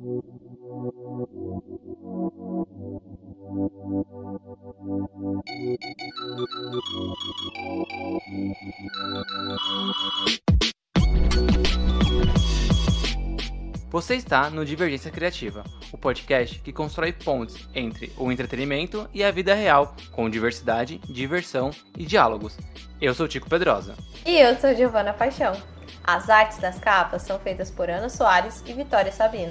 Você está no Divergência Criativa, o podcast que constrói pontes entre o entretenimento e a vida real, com diversidade, diversão e diálogos. Eu sou Tico Pedrosa. E eu sou Giovana Paixão. As artes das capas são feitas por Ana Soares e Vitória Sabino.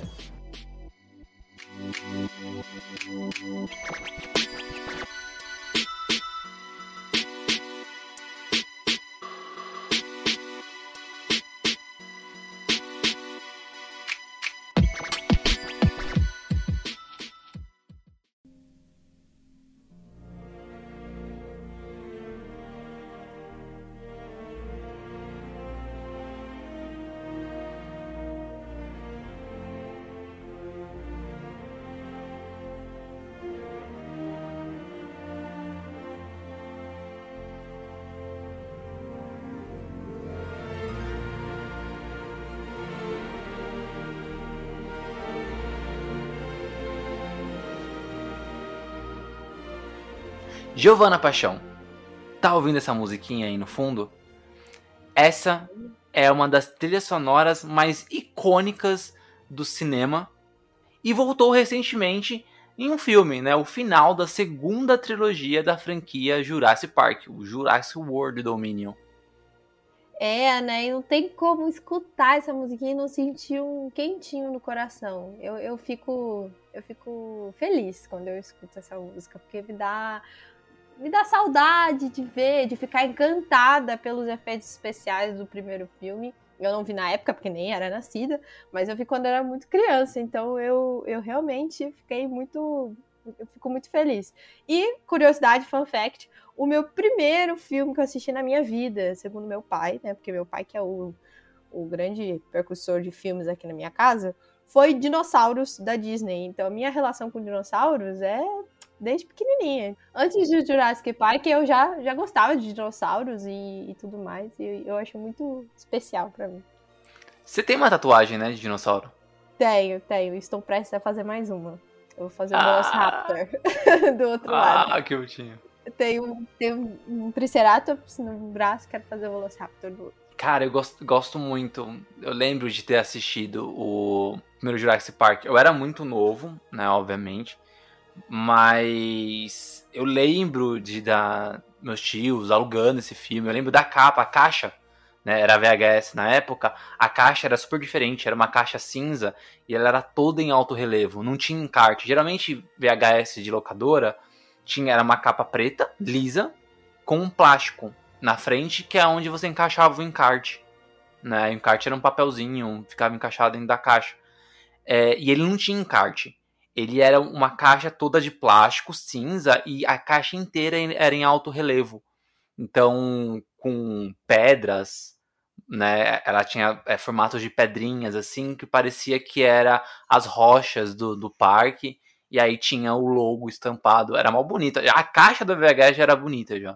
Giovana Paixão, tá ouvindo essa musiquinha aí no fundo? Essa é uma das trilhas sonoras mais icônicas do cinema e voltou recentemente em um filme, né? O final da segunda trilogia da franquia Jurassic Park, o Jurassic World Dominion. Né? E não tem como escutar essa musiquinha e não sentir um quentinho no coração. Eu fico feliz quando eu escuto essa música, porque me dá saudade de ver, de ficar encantada pelos efeitos especiais do primeiro filme. Eu não vi na época, porque nem era nascida, mas eu vi quando era muito criança, então eu realmente eu fico muito feliz. E, curiosidade, fun fact, o meu primeiro filme que eu assisti na minha vida, segundo meu pai, né, porque meu pai que é o grande percussor de filmes aqui na minha casa, foi Dinossauros da Disney. Então a minha relação com dinossauros é desde pequenininha. Antes de Jurassic Park, eu já gostava de dinossauros e tudo mais. E eu acho muito especial pra mim. Você tem uma tatuagem, né, de dinossauro? Tenho. Estou prestes a fazer mais uma. Eu vou fazer um Velociraptor do outro lado. Ah, que bonitinho. Tenho um Triceratops no braço, quero fazer o Velociraptor do outro. Cara, eu gosto muito. Eu lembro de ter assistido o primeiro Jurassic Park. Eu era muito novo, né, obviamente. Mas eu lembro de meus tios alugando esse filme. Eu lembro da capa, a caixa, né, era VHS na época. A caixa era super diferente, era uma caixa cinza e ela era toda em alto relevo, não tinha encarte. Geralmente VHS de locadora era uma capa preta, lisa, com um plástico na frente, que é onde você encaixava o encarte, né? O encarte era um papelzinho, ficava encaixado dentro da caixa. E ele não tinha encarte. Ele era uma caixa toda de plástico cinza e a caixa inteira era em alto relevo. Então, com pedras, né? Ela tinha formatos de pedrinhas, assim, que parecia que era as rochas do parque. E aí tinha o logo estampado. Era mal bonita. A caixa do VHS já era bonita, já.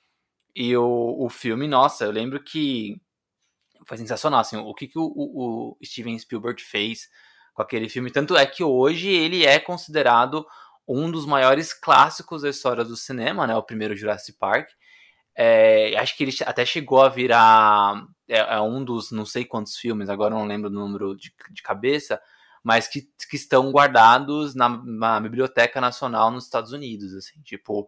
E o filme, nossa, eu lembro que foi sensacional, assim, o que o Steven Spielberg fez com aquele filme. Tanto é que hoje ele é considerado um dos maiores clássicos da história do cinema, né? O primeiro Jurassic Park. Acho que ele até chegou a virar um dos não sei quantos filmes, agora eu não lembro o número de cabeça, mas que estão guardados na Biblioteca Nacional nos Estados Unidos, assim, tipo,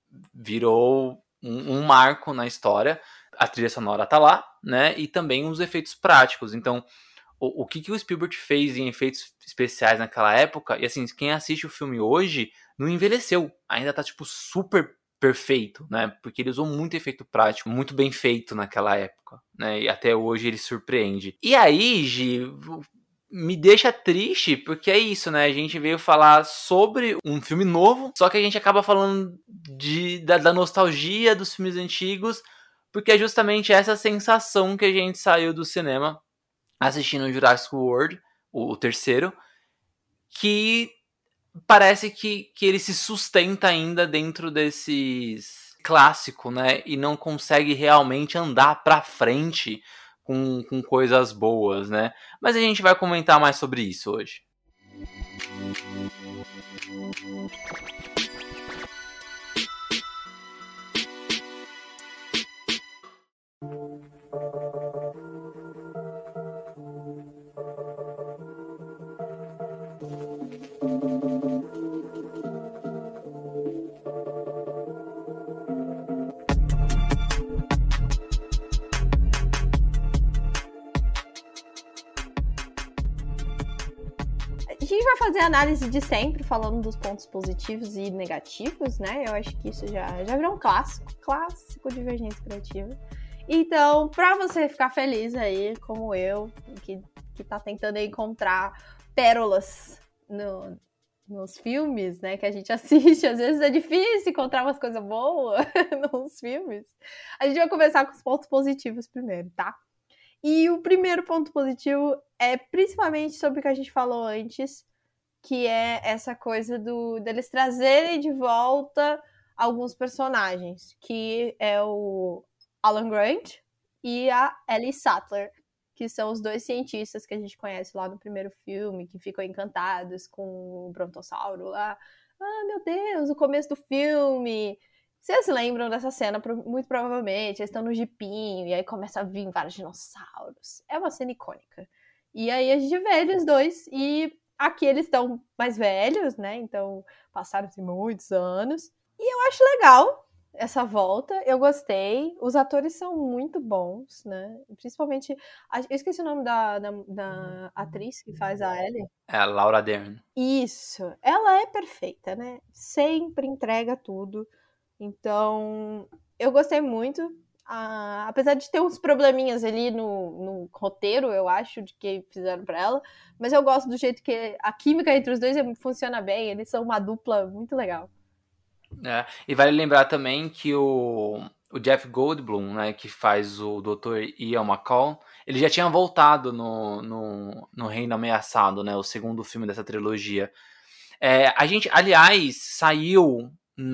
virou um marco na história. A trilha sonora tá lá, né, e também os efeitos práticos. Então, o que o Spielberg fez em efeitos especiais naquela época, e assim, quem assiste o filme hoje não envelheceu, ainda tá, tipo, super perfeito, né, porque ele usou muito efeito prático, muito bem feito naquela época, né, e até hoje ele surpreende. E aí, Gi, me deixa triste, porque é isso, né? A gente veio falar sobre um filme novo, só que a gente acaba falando da nostalgia dos filmes antigos, porque é justamente essa sensação que a gente saiu do cinema assistindo Jurassic World, o terceiro, que parece que ele se sustenta ainda dentro desses clássicos, né? E não consegue realmente andar pra frente com coisas boas, né? Mas a gente vai comentar mais sobre isso hoje. A gente vai fazer a análise de sempre, falando dos pontos positivos e negativos, né? Eu acho que isso já virou um clássico Divergência Criativa. Então, pra você ficar feliz aí, como eu, que tá tentando encontrar pérolas nos filmes, né, que a gente assiste, às vezes é difícil encontrar umas coisas boas nos filmes. A gente vai começar com os pontos positivos primeiro, tá? E o primeiro ponto positivo é principalmente sobre o que a gente falou antes, que é essa coisa deles trazerem de volta alguns personagens, que é o Alan Grant e a Ellie Sattler, que são os dois cientistas que a gente conhece lá no primeiro filme, que ficam encantados com o brontossauro lá. Ah, meu Deus, o começo do filme. Vocês lembram dessa cena, muito provavelmente. Eles estão no jipinho e aí começa a vir vários dinossauros. É uma cena icônica. E aí a gente vê eles dois e aqui eles estão mais velhos, né? Então passaram-se muitos anos. E eu acho legal essa volta, eu gostei. Os atores são muito bons, né? Principalmente, eu esqueci o nome da atriz que faz a Ellie. É a Laura Dern. Isso, ela é perfeita, né? Sempre entrega tudo. Então, eu gostei muito. Apesar de ter uns probleminhas ali no roteiro, eu acho, de que fizeram pra ela. Mas eu gosto do jeito que a química entre os dois funciona bem. Eles são uma dupla muito legal. É, e vale lembrar também que o Jeff Goldblum, né, que faz o Dr. Ian McCall, ele já tinha voltado no Reino Ameaçado, né, o segundo filme dessa trilogia. A gente, aliás, saiu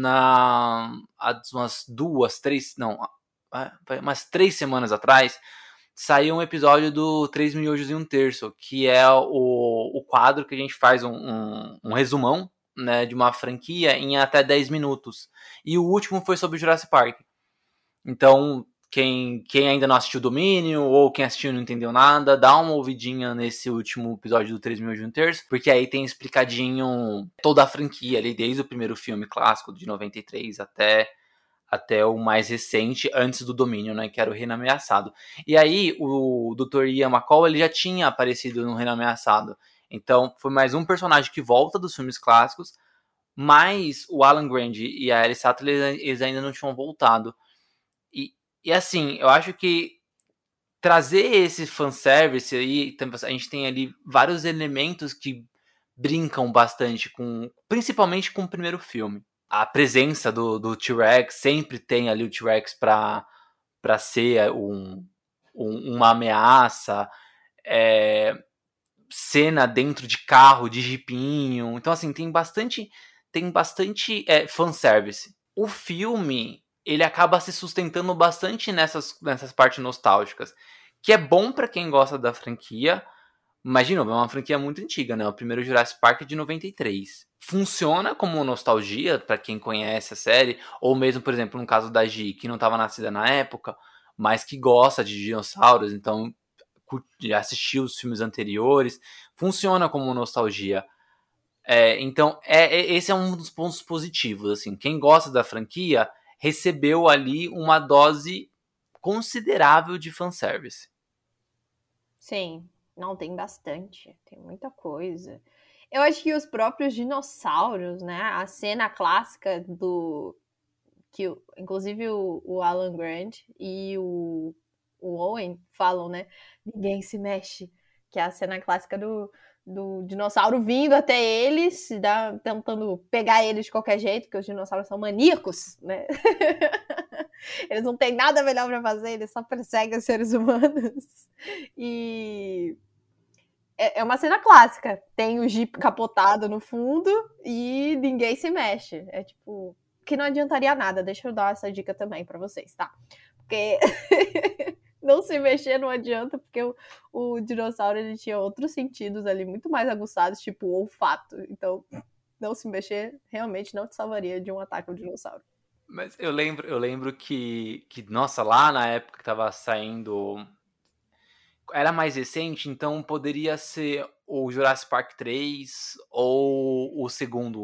umas 3 semanas atrás, saiu um episódio do 3 miojos e um terço, que é o quadro que a gente faz um resumão, né, de uma franquia em até 10 minutos. E o último foi sobre Jurassic Park. Então, quem ainda não assistiu Domínio, ou quem assistiu e não entendeu nada, dá uma ouvidinha nesse último episódio do 3 miojos e um terço, porque aí tem explicadinho toda a franquia ali, desde o primeiro filme clássico de 93 até o mais recente, antes do Domínio, né, que era o Reino Ameaçado. E aí, o Dr. Ian McCall, ele já tinha aparecido no Reino Ameaçado. Então, foi mais um personagem que volta dos filmes clássicos, mas o Alan Grant e a Ellie Sattler, eles ainda não tinham voltado. E assim, eu acho que trazer esse fanservice aí, a gente tem ali vários elementos que brincam bastante principalmente com o primeiro filme. A presença do T-Rex, sempre tem ali o T-Rex pra ser uma ameaça, cena dentro de carro, de jipinho. Então, assim, tem bastante fanservice. O filme, ele acaba se sustentando bastante nessas partes nostálgicas, que é bom pra quem gosta da franquia, mas, de novo, é uma franquia muito antiga, né? O primeiro Jurassic Park é de 93. Funciona como nostalgia pra quem conhece a série, ou mesmo, por exemplo, no caso da Gi, que não estava nascida na época, mas que gosta de dinossauros, então assistiu os filmes anteriores, funciona como nostalgia. Então, esse é um dos pontos positivos, assim. Quem gosta da franquia recebeu ali uma dose considerável de fanservice. Sim, não, tem bastante, tem muita coisa. Eu acho que os próprios dinossauros, né, a cena clássica que inclusive o Alan Grant e o Owen falam, né, ninguém se mexe, que é a cena clássica do dinossauro vindo até eles, tentando pegar eles de qualquer jeito, porque os dinossauros são maníacos, né? Eles não têm nada melhor pra fazer, eles só perseguem os seres humanos. E é uma cena clássica. Tem o Jeep capotado no fundo e ninguém se mexe. É tipo, que não adiantaria nada. Deixa eu dar essa dica também pra vocês, tá? Porque não se mexer não adianta, porque o dinossauro ele tinha outros sentidos ali muito mais aguçados, tipo o olfato. Então, não se mexer realmente não te salvaria de um ataque ao dinossauro. Mas eu lembro que, nossa, lá na época que tava saindo. Era mais recente, então poderia ser o Jurassic Park 3 ou o segundo,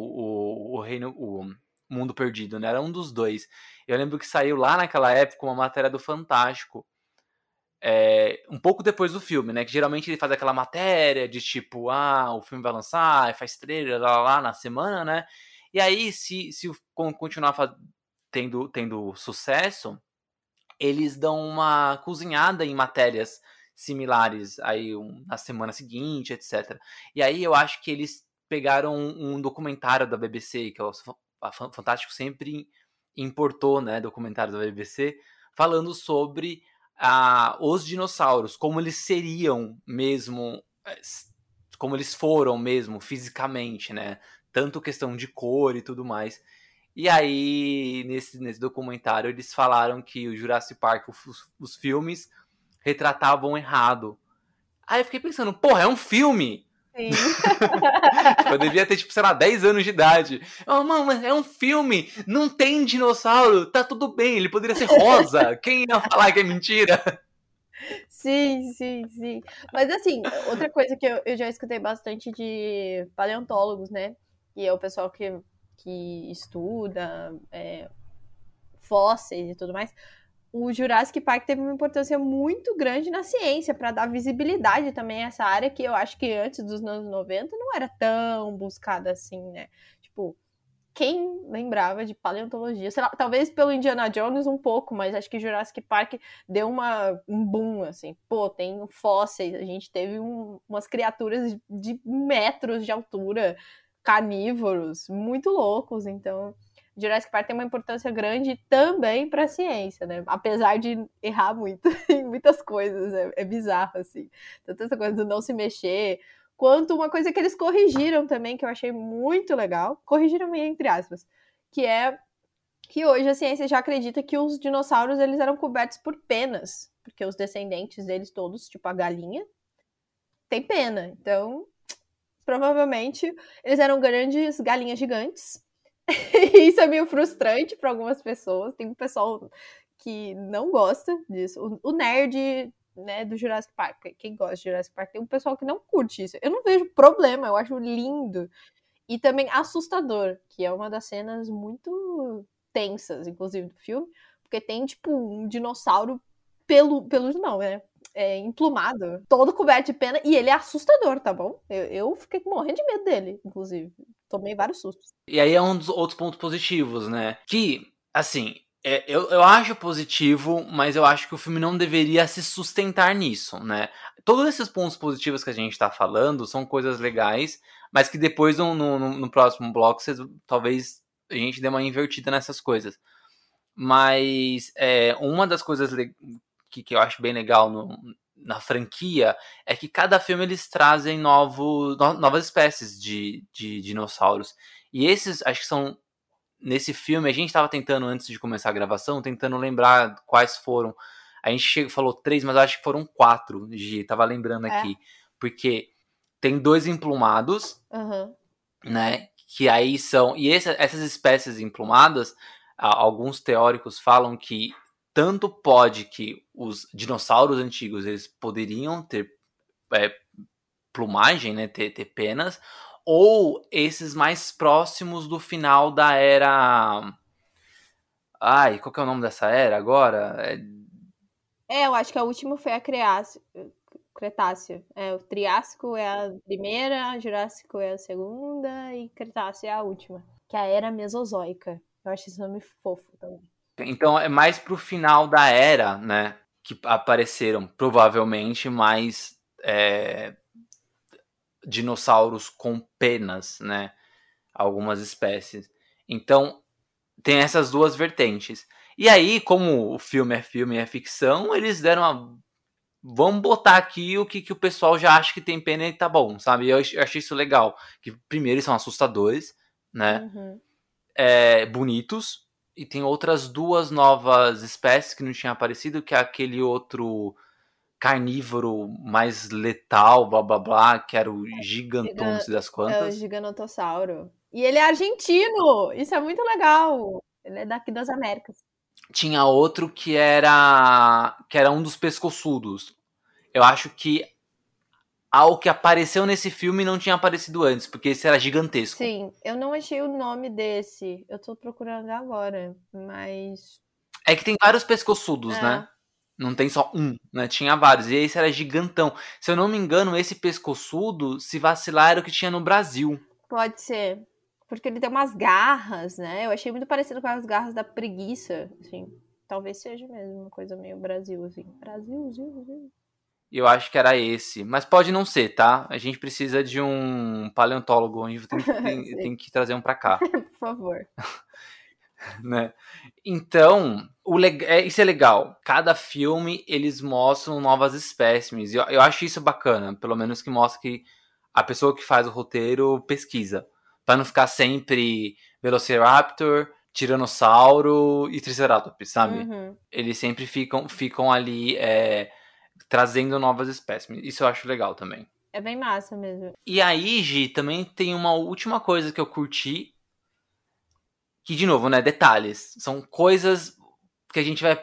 o Mundo Perdido, né? Era um dos dois. Eu lembro que saiu lá naquela época uma matéria do Fantástico, um pouco depois do filme, né? Que geralmente ele faz aquela matéria de tipo, o filme vai lançar, faz trailer lá na semana, né? E aí, se continuar tendo sucesso, eles dão uma cozinhada em matérias similares aí na semana seguinte, etc. E aí eu acho que eles pegaram um documentário da BBC, que a Fantástico sempre importou, né, documentários da BBC, falando sobre os dinossauros, como eles seriam mesmo, como eles foram mesmo fisicamente, né? Tanto questão de cor e tudo mais. E aí, nesse documentário, eles falaram que o Jurassic Park, os filmes, retratavam errado. Aí eu fiquei pensando, porra, é um filme! Sim. Eu devia ter, tipo, sei lá, 10 anos de idade. Mano, mas é um filme! Não tem dinossauro! Tá tudo bem, ele poderia ser rosa! Quem ia falar que é mentira? Sim, sim, sim. Mas assim, outra coisa que eu já escutei bastante de paleontólogos, né? Que é o pessoal que estuda fósseis e tudo mais. O Jurassic Park teve uma importância muito grande na ciência, para dar visibilidade também a essa área que eu acho que antes dos anos 90 não era tão buscada assim, né? Tipo, quem lembrava de paleontologia? Sei lá, talvez pelo Indiana Jones um pouco, mas acho que Jurassic Park deu um boom, assim. Pô, tem fósseis, a gente teve umas criaturas de metros de altura, carnívoros, muito loucos, então... Jurassic Park tem uma importância grande também para a ciência, né? Apesar de errar muito em muitas coisas, é bizarro, assim. Tanto essa coisa do não se mexer, quanto uma coisa que eles corrigiram também, que eu achei muito legal, corrigiram entre aspas, que é que hoje a ciência já acredita que os dinossauros eles eram cobertos por penas, porque os descendentes deles todos, tipo a galinha, tem pena. Então, provavelmente, eles eram grandes galinhas gigantes. E isso é meio frustrante para algumas pessoas. Tem um pessoal que não gosta disso. O nerd, né, do Jurassic Park, quem gosta de Jurassic Park, tem um pessoal que não curte isso. Eu não vejo problema, eu acho lindo. E também assustador, que é uma das cenas muito tensas, inclusive, do filme, porque tem, tipo, um dinossauro peludo não, né? Emplumado, todo coberto de pena, e ele é assustador, tá bom? Eu fiquei morrendo de medo dele, inclusive. Tomei vários sustos. E aí é um dos outros pontos positivos, né? Que, assim, eu acho positivo, mas eu acho que o filme não deveria se sustentar nisso, né? Todos esses pontos positivos que a gente tá falando são coisas legais, mas que depois no próximo bloco talvez a gente dê uma invertida nessas coisas. Mas uma das coisas que eu acho bem legal na franquia é que cada filme eles trazem novas espécies de dinossauros. E esses, acho que são. Nesse filme, a gente estava tentando, antes de começar a gravação, tentando lembrar quais foram. A gente falou 3, mas acho que foram 4, Gi, tava lembrando aqui. Porque tem 2 emplumados, né? Que aí são. E essas espécies emplumadas, alguns teóricos falam que tanto pode que os dinossauros antigos eles poderiam ter plumagem, né? Ter penas, ou esses mais próximos do final da era. Ai, qual que é o nome dessa era agora? Eu acho que a última foi a Cretáceo. O Triássico é a primeira, Jurássico é a segunda e Cretáceo é a última. Que é a era Mesozoica. Eu acho esse nome fofo também. Então é mais pro final da era, né? Que apareceram provavelmente mais dinossauros com penas, né? Algumas espécies. Então tem essas duas vertentes. E aí, como o filme e é ficção, eles deram uma. Vamos botar aqui o que o pessoal já acha que tem pena e tá bom, sabe? Eu achei isso legal. Que primeiro eles são assustadores, né? Uhum. Bonitos. E tem outras 2 novas espécies que não tinha aparecido, que é aquele outro carnívoro mais letal, blá blá blá, que era o giganton, não sei das É o quantas. Giganotossauro. E ele é argentino! Isso é muito legal! Ele é daqui das Américas. Tinha outro que era um dos pescoçudos. Eu acho que ao que apareceu nesse filme não tinha aparecido antes, porque esse era gigantesco. Sim, eu não achei o nome desse. Eu tô procurando agora, mas. É que tem vários pescoçudos, É, né? Não tem só um, né? Tinha vários. E esse era gigantão. Se eu não me engano, esse pescoçudo, se vacilar, era o que tinha no Brasil. pode ser. Porque ele tem umas garras, né? Eu achei muito parecido com as garras da preguiça, assim. Talvez seja mesmo uma coisa meio Brasil, assim. Brasil, Brasil, Brasil. E eu acho que era esse. Mas pode não ser, tá? A gente precisa de um paleontólogo. A gente tem que trazer um pra cá, Por favor. né? Então, isso é legal. Cada filme, eles mostram novas espécimes. Eu acho isso bacana. Pelo menos que mostra que a pessoa que faz o roteiro pesquisa. Pra não ficar sempre Velociraptor, Tiranossauro e Triceratops, sabe? Uhum. Eles sempre ficam ali trazendo novas espécimes. Isso eu acho legal também. É bem massa mesmo. E aí, Gi, também tem uma última coisa que eu curti. Que, de novo, né? Detalhes. São coisas que a gente vai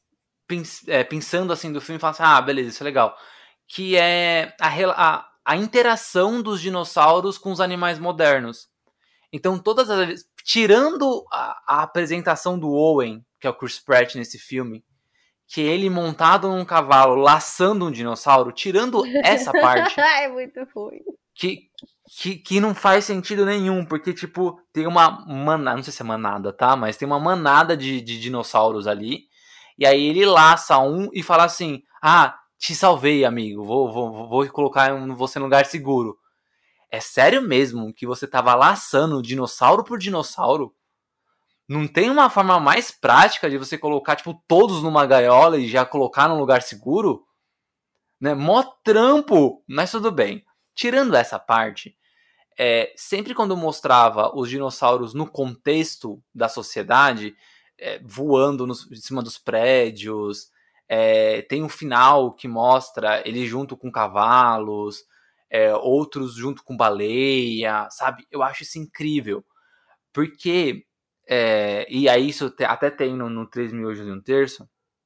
pensando assim do filme e fala assim: ah, beleza, isso é legal. Que é a interação dos dinossauros com os animais modernos. Então, todas as vezes, tirando a apresentação do Owen, que é o Chris Pratt nesse filme, que é ele montado num cavalo laçando um dinossauro, tirando essa parte, É muito ruim. que, que não faz sentido nenhum, porque, tipo, tem uma manada, não sei se é manada, tá? Mas tem uma manada de dinossauros ali, e aí ele laça um e fala assim: ah, te salvei, amigo, vou colocar você no lugar seguro. É sério mesmo que você tava laçando dinossauro por dinossauro? Não tem uma forma mais prática de você colocar, tipo, todos numa gaiola e já colocar num lugar seguro? Né? Mó trampo, mas tudo bem. Tirando essa parte, sempre quando mostrava os dinossauros no contexto da sociedade, voando em cima dos prédios, tem um final que mostra ele junto com cavalos, outros junto com baleia, sabe? Eu acho isso incrível, porque, e aí isso até tem no 3 mil hoje e um terço,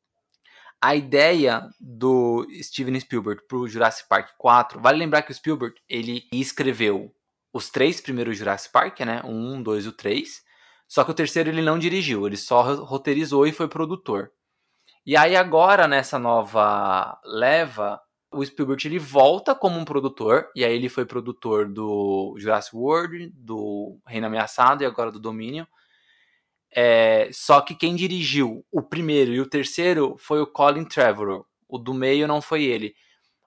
a ideia do Steven Spielberg pro Jurassic Park 4, vale lembrar que o Spielberg, ele escreveu os 3 primeiros Jurassic Park, né? O 1, 2 e o 3. Só que o terceiro ele não dirigiu, ele só roteirizou e foi produtor. E aí agora, nessa nova leva, o Spielberg ele volta como um produtor, e aí ele foi produtor do Jurassic World, do Reino Ameaçado e agora do Domínio. Só que quem dirigiu o primeiro e o terceiro foi o Colin Trevorrow. O do meio não foi ele.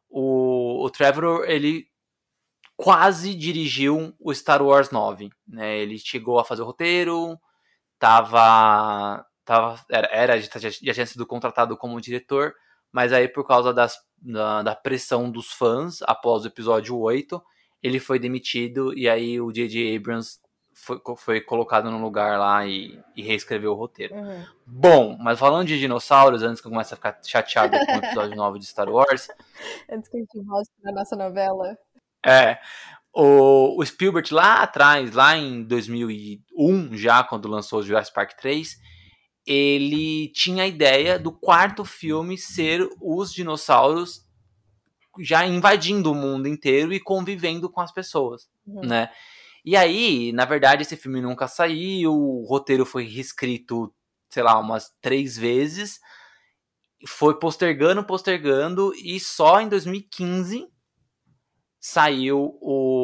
O Trevorrow, ele quase dirigiu o Star Wars 9. Né? Ele chegou a fazer o roteiro, já tinha sido contratado como diretor, mas aí por causa da pressão dos fãs após o episódio 8, ele foi demitido e aí o J.J. Abrams foi colocado no lugar lá e reescreveu o roteiro. Uhum. Bom, mas falando de dinossauros, antes que eu comece a ficar chateado com o episódio 9 de Star Wars, Antes que a gente volte pra nossa novela. é, o Spielberg lá atrás, lá em 2001, já quando lançou o Jurassic Park 3, ele tinha a ideia do quarto filme ser os dinossauros já invadindo o mundo inteiro e convivendo com as pessoas, Uhum. né? E aí, na verdade, esse filme nunca saiu, o roteiro foi reescrito, sei lá, umas 3 vezes, foi postergando, e só em 2015 saiu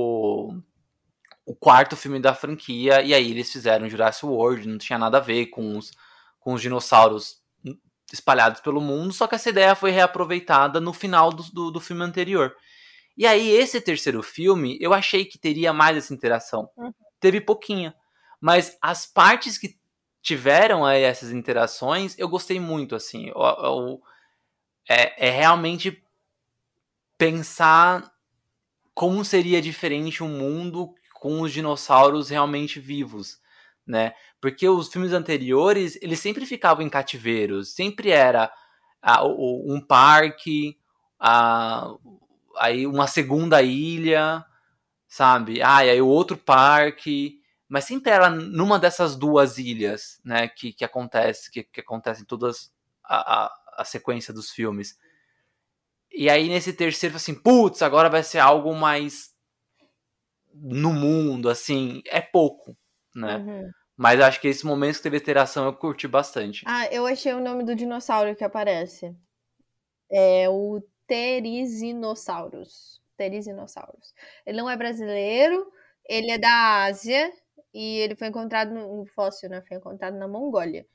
o quarto filme da franquia, e aí eles fizeram Jurassic World, não tinha nada a ver com os dinossauros espalhados pelo mundo, só que essa ideia foi reaproveitada no final do filme anterior. E aí, esse terceiro filme, eu achei que teria mais essa interação. Uhum. Teve pouquinha. Mas as partes que tiveram aí essas interações, eu gostei muito, assim. É realmente pensar como seria diferente um mundo com os dinossauros realmente vivos, né? Porque os filmes anteriores, eles sempre ficavam em cativeiros, sempre era um parque, aí uma segunda ilha, sabe? E aí o outro parque, mas sempre era numa dessas duas ilhas, né? Que acontecem todas a sequência dos filmes. E aí nesse terceiro, assim, putz, agora vai ser algo mais no mundo, assim, é pouco, né? Uhum. Mas acho que esse momento que teve interação eu curti bastante. Ah, eu achei o nome do dinossauro que aparece. É o Therizinosaurus. Therizinosaurus. Ele não é brasileiro, ele é da Ásia e ele foi encontrado no fóssil, né? Foi encontrado na Mongólia.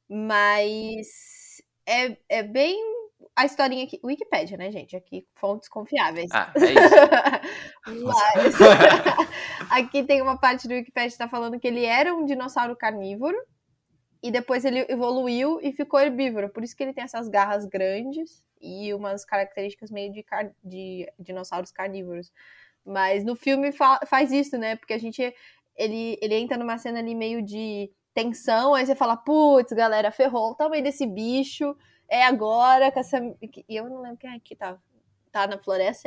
Mas é bem a historinha aqui. Wikipédia, né, gente? Aqui, fontes confiáveis. Ah, é isso. Mas aqui tem uma parte do Wikipédia que está falando que ele era um dinossauro carnívoro e depois ele evoluiu e ficou herbívoro. Por isso que ele tem essas garras grandes e umas características meio de dinossauros carnívoros. Mas no filme faz isso, né? Porque ele entra numa cena ali meio de tensão, aí você fala, putz, galera, ferrou o tamanho desse bicho, é agora, com essa... E eu não lembro quem é que tá na floresta,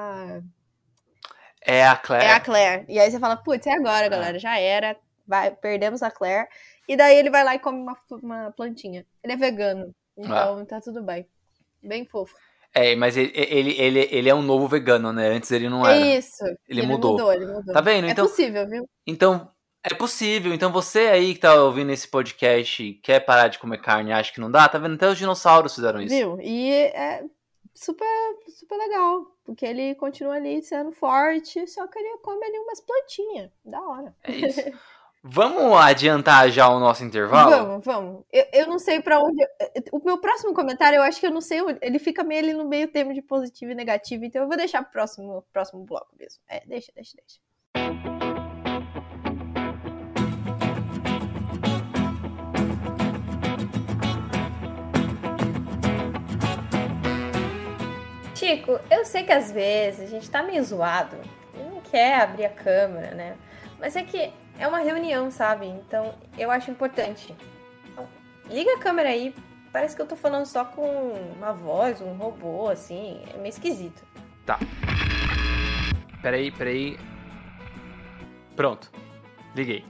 É a Claire. É a Claire. E aí você fala, putz, é agora, galera, já era, perdemos a Claire. E daí ele vai lá e come uma plantinha. Ele é vegano, então tá tudo bem. Bem fofo. Mas ele é um novo vegano, né? Antes ele não era. Isso. Ele mudou. Ele mudou. Tá vendo? Então, é possível, viu? Então, é possível. Então você aí que tá ouvindo esse podcast quer parar de comer carne e acha que não dá, tá vendo? Até os dinossauros fizeram isso. Viu? E é super, super legal. Porque ele continua ali sendo forte, só que ele come ali umas plantinhas. Da hora. É isso. Vamos adiantar já o nosso intervalo? Vamos. Eu não sei pra onde... O meu próximo comentário, eu acho que eu não sei... Ele fica meio ali no meio termo de positivo e negativo, então eu vou deixar pro próximo bloco mesmo. Deixa. Chico, eu sei que às vezes a gente tá meio zoado e não quer abrir a câmera, né? Mas é que é uma reunião, sabe? Então eu acho importante. Então, liga a câmera aí. Parece que eu tô falando só com uma voz, um robô, assim. É meio esquisito. Tá. Peraí. Pronto. Liguei.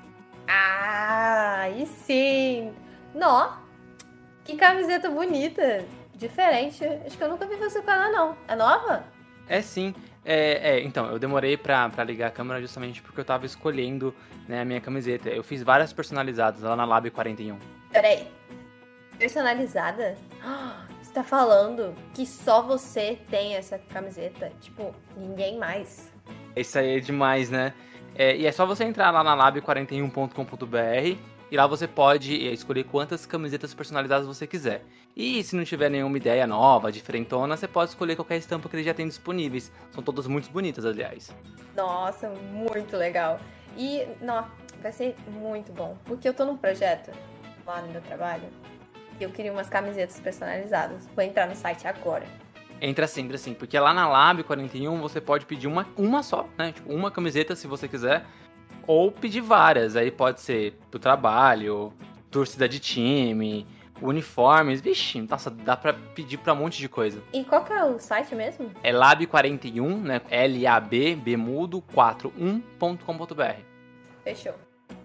Aí sim! Nó! Que camiseta bonita! Diferente. Acho que eu nunca vi você com ela, não. É nova? É sim. Então, eu demorei pra ligar a câmera justamente porque eu tava escolhendo, né, a minha camiseta. Eu fiz várias personalizadas lá na Lab 41. Peraí. Personalizada? Você tá falando que só você tem essa camiseta? Tipo, ninguém mais? Isso aí é demais, né? E é só você entrar lá na lab41.com.br e lá você pode escolher quantas camisetas personalizadas você quiser. E se não tiver nenhuma ideia nova, diferentona, você pode escolher qualquer estampa que ele já tem disponíveis. São todas muito bonitas, aliás. Nossa, muito legal. E, vai ser muito bom. Porque eu tô num projeto lá no meu trabalho e eu queria umas camisetas personalizadas. Vou entrar no site agora. Entra sim, porque lá na Lab 41 você pode pedir uma só, né? Tipo, uma camiseta se você quiser. Ou pedir várias, aí pode ser pro trabalho, torcida de time, uniformes, vixe, nossa, dá pra pedir pra um monte de coisa. E qual que é o site mesmo? É lab41, né, LAB, Bemudo, 41.com.br. Fechou.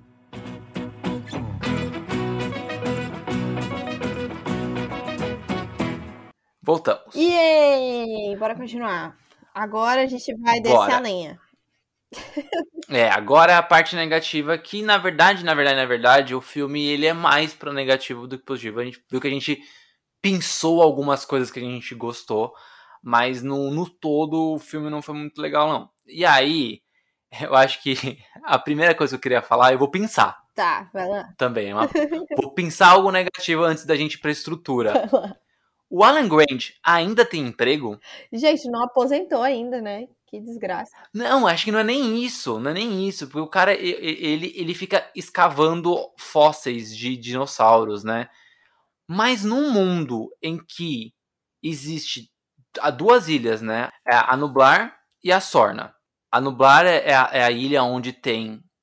Voltamos. Yay! Bora continuar. Agora a gente vai descer a lenha. Agora é a parte negativa que, na verdade, o filme ele é mais pro negativo do que positivo. A gente viu que a gente pensou algumas coisas que a gente gostou, mas no todo o filme não foi muito legal, não. E aí, eu acho que a primeira coisa que eu queria falar, eu vou pensar. Tá, vai lá. Também, vou pensar algo negativo antes da gente ir pra estrutura. Vai lá. O Alan Grant ainda tem emprego? Gente, não aposentou ainda, né? Que desgraça. Não, acho que não é nem isso, porque o cara, ele fica escavando fósseis de dinossauros, né? Mas num mundo em que existe duas ilhas, né? A Nublar e a Sorna. A Nublar é a ilha onde tem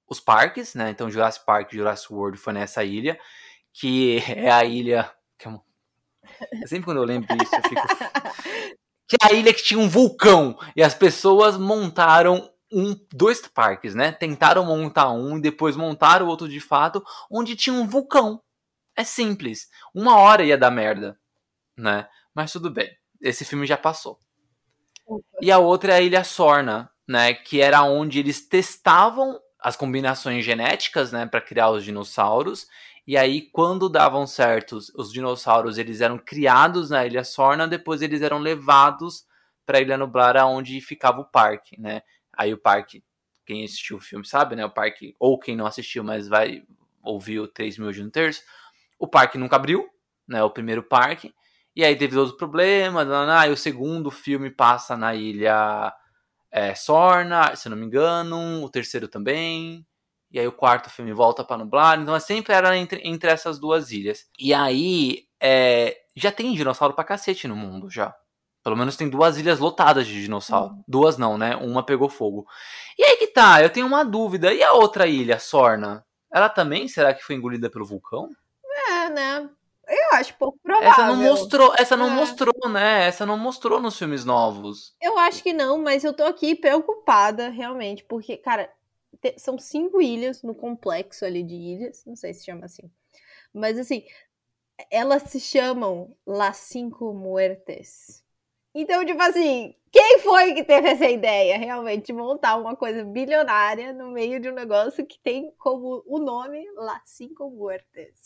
os parques, né? Então Jurassic Park e Jurassic World foi nessa ilha, que é a ilha... Sempre quando eu lembro disso, eu fico... Que é a ilha que tinha um vulcão, e as pessoas montaram dois parques, né? Tentaram montar um e depois montaram o outro de fato, onde tinha um vulcão. É simples. 1 hora ia dar merda, né? Mas tudo bem. Esse filme já passou. E a outra é a Ilha Sorna, né? Que era onde eles testavam as combinações genéticas, né? Para criar os dinossauros. E aí, quando davam certo, os dinossauros eles eram criados na Ilha Sorna, depois eles eram levados para a Ilha Nublar, onde ficava o parque, né? Aí o parque, quem assistiu o filme sabe, né? O parque, ou quem não assistiu, mas vai ouvir o 3.000 de um terço. O parque nunca abriu, né? O primeiro parque. E aí teve outros problemas. E o segundo filme passa na Ilha Sorna, se não me engano. O terceiro também. E aí o quarto filme volta para Nublar. Então sempre era entre essas duas ilhas. E aí já tem dinossauro pra cacete no mundo já. Pelo menos tem 2 ilhas lotadas de dinossauro. 2 não, né? Uma pegou fogo. E aí que tá, eu tenho uma dúvida. E a outra ilha, Sorna? Ela também, será que foi engolida pelo vulcão? Né? Eu acho pouco provável. Essa não mostrou, né? Essa não mostrou nos filmes novos. Eu acho que não, mas eu tô aqui preocupada, realmente, porque, cara, são 5 ilhas no complexo ali de ilhas, não sei se chama assim, mas assim, elas se chamam Las Cinco Muertes. Então, tipo assim, quem foi que teve essa ideia, realmente, de montar uma coisa bilionária no meio de um negócio que tem como o nome Las Cinco Muertes?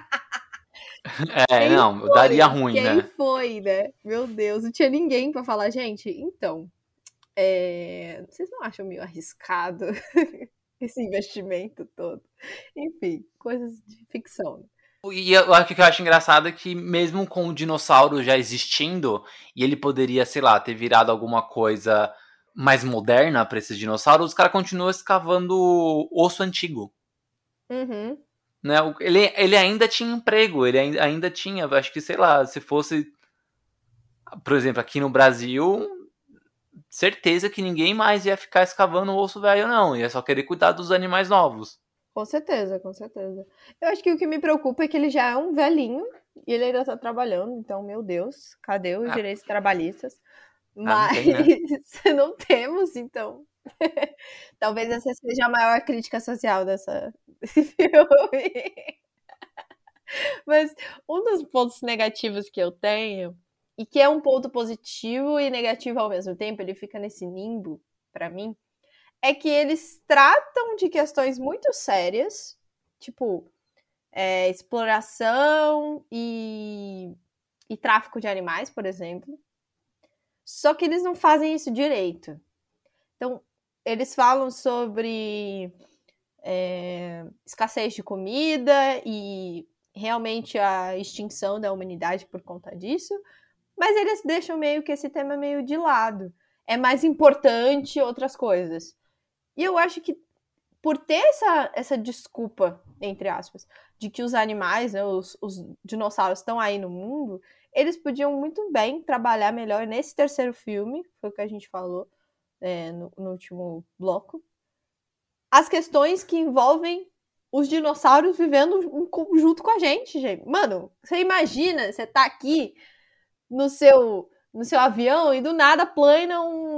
Daria ruim, quem né? Quem foi, né? Meu Deus, não tinha ninguém pra falar, gente, então, vocês não acham meio arriscado esse investimento todo? Enfim, coisas de ficção. E eu acho que eu acho engraçado é que mesmo com o dinossauro já existindo, e ele poderia, sei lá, ter virado alguma coisa mais moderna para esses dinossauros, os caras continuam escavando osso antigo. Uhum. Né? Ele ainda tinha emprego, ele ainda tinha, acho que, sei lá, se fosse, por exemplo, aqui no Brasil, certeza que ninguém mais ia ficar escavando o osso velho, não. Ia só querer cuidar dos animais novos. Com certeza, com certeza. Eu acho que o que me preocupa é que ele já é um velhinho e ele ainda tá trabalhando, então, meu Deus, cadê os direitos trabalhistas? Mas não, tem, né? não temos, então. Talvez essa seja a maior crítica social desse filme. Mas um dos pontos negativos que eu tenho, e que é um ponto positivo e negativo ao mesmo tempo, ele fica nesse limbo, pra mim, é que eles tratam de questões muito sérias, tipo exploração e tráfico de animais, por exemplo. Só que eles não fazem isso direito. Então, eles falam sobre escassez de comida e realmente a extinção da humanidade por conta disso, mas eles deixam meio que esse tema meio de lado. É mais importante outras coisas. E eu acho que por ter essa desculpa, entre aspas, de que os animais, né, os dinossauros estão aí no mundo, eles podiam muito bem trabalhar melhor nesse terceiro filme, foi o que a gente falou no último bloco, as questões que envolvem os dinossauros vivendo junto com a gente. Mano, você imagina, você tá aqui no seu avião e do nada plana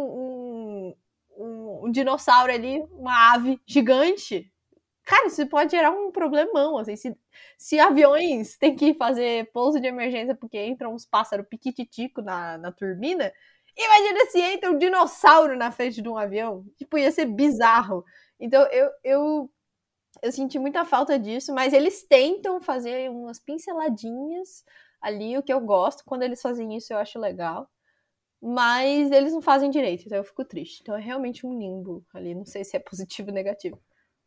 um dinossauro ali, uma ave gigante. Cara, isso pode gerar um problemão, assim, se aviões têm que fazer pouso de emergência porque entram uns pássaros piquititico na turbina, imagina se entra um dinossauro na frente de um avião. Tipo, ia ser bizarro. Então, eu senti muita falta disso, mas eles tentam fazer umas pinceladinhas ali, o que eu gosto. Quando eles fazem isso, eu acho legal. Mas eles não fazem direito, então eu fico triste. Então é realmente um limbo ali, não sei se é positivo ou negativo.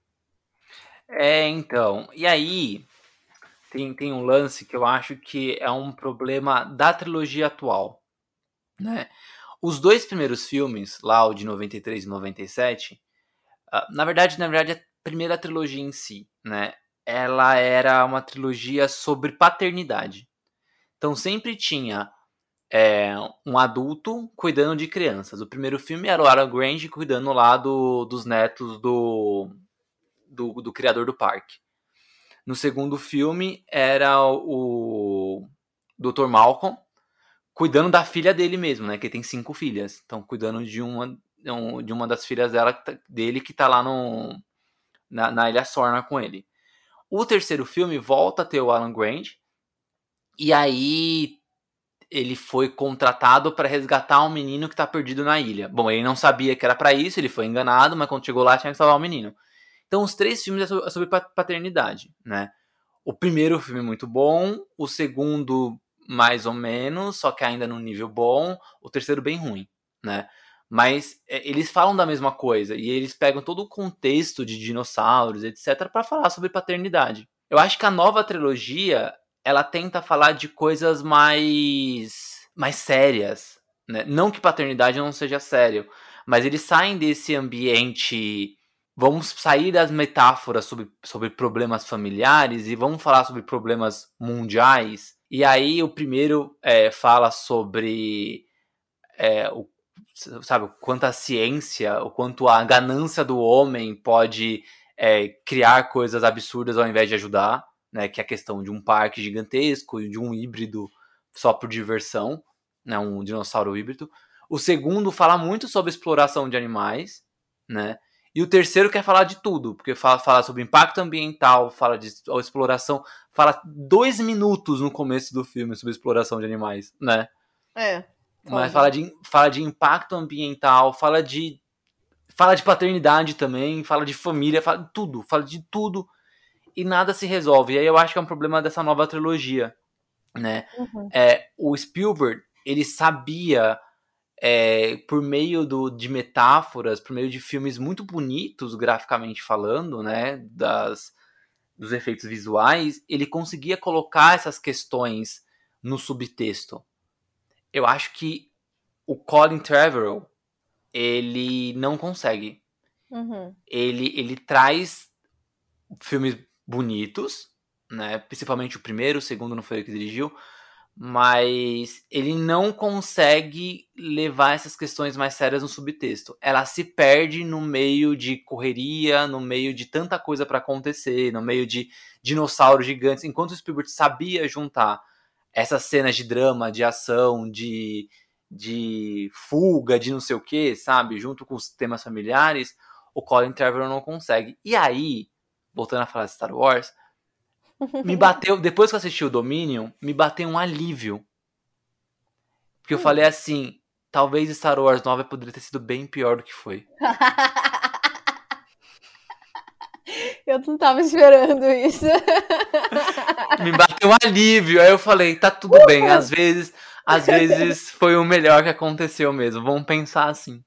Então. E aí, tem um lance que eu acho que é um problema da trilogia atual, né? Os 2 primeiros filmes, lá o de 93 e 97, na verdade, a primeira trilogia em si, né? Ela era uma trilogia sobre paternidade. Então sempre tinha um adulto cuidando de crianças. O primeiro filme era o Aaron Grange cuidando lá dos netos do criador do parque. No segundo filme era o Dr. Malcolm cuidando da filha dele mesmo, né? Que ele tem 5 filhas. Então, cuidando de uma das filhas dele que tá lá na Ilha Sorna com ele. O terceiro filme volta a ter o Alan Grant. E aí ele foi contratado para resgatar um menino que tá perdido na ilha. Bom, ele não sabia que era para isso, ele foi enganado, mas quando chegou lá tinha que salvar o menino. Então os 3 filmes é sobre paternidade, né? O primeiro filme é muito bom, o segundo mais ou menos, só que ainda num nível bom, o terceiro bem ruim, né? Mas eles falam da mesma coisa e eles pegam todo o contexto de dinossauros, etc, para falar sobre paternidade. Eu acho que a nova trilogia, ela tenta falar de coisas mais sérias, né? Não que paternidade não seja sério, mas eles saem desse ambiente. Vamos sair das metáforas sobre problemas familiares e vamos falar sobre problemas mundiais. E aí o primeiro fala sobre o quanto a ciência, o quanto a ganância do homem pode criar coisas absurdas ao invés de ajudar, né? Que é a questão de um parque gigantesco e de um híbrido só por diversão, né? Um dinossauro híbrido. O segundo fala muito sobre exploração de animais, né? E o terceiro quer falar de tudo, porque fala sobre impacto ambiental, fala de exploração, fala 2 minutos no começo do filme sobre exploração de animais, né? Mas fala de impacto ambiental, fala de paternidade também, fala de família, fala de tudo e nada se resolve. E aí eu acho que é um problema dessa nova trilogia, né? Uhum. O Spielberg, ele sabia... por meio de metáforas, por meio de filmes muito bonitos, graficamente falando, né, dos efeitos visuais, ele conseguia colocar essas questões no subtexto. Eu acho que o Colin Trevorrow, ele não consegue. Uhum. Ele traz filmes bonitos, né, principalmente o primeiro, o segundo não foi ele que dirigiu, mas ele não consegue levar essas questões mais sérias no subtexto. Ela se perde no meio de correria, no meio de tanta coisa para acontecer, no meio de dinossauros gigantes, enquanto o Spielberg sabia juntar essas cenas de drama, de ação, de fuga, de não sei o que, sabe? Junto com os temas familiares, o Colin Trevorrow não consegue. E aí, voltando a falar de Star Wars, me bateu, depois que eu assisti o Dominion, me bateu um alívio. Porque eu falei assim, talvez Star Wars 9 poderia ter sido bem pior do que foi. Eu não tava esperando isso. Me bateu um alívio. Aí eu falei, tá tudo bem. Às vezes foi o melhor que aconteceu mesmo. Vamos pensar assim.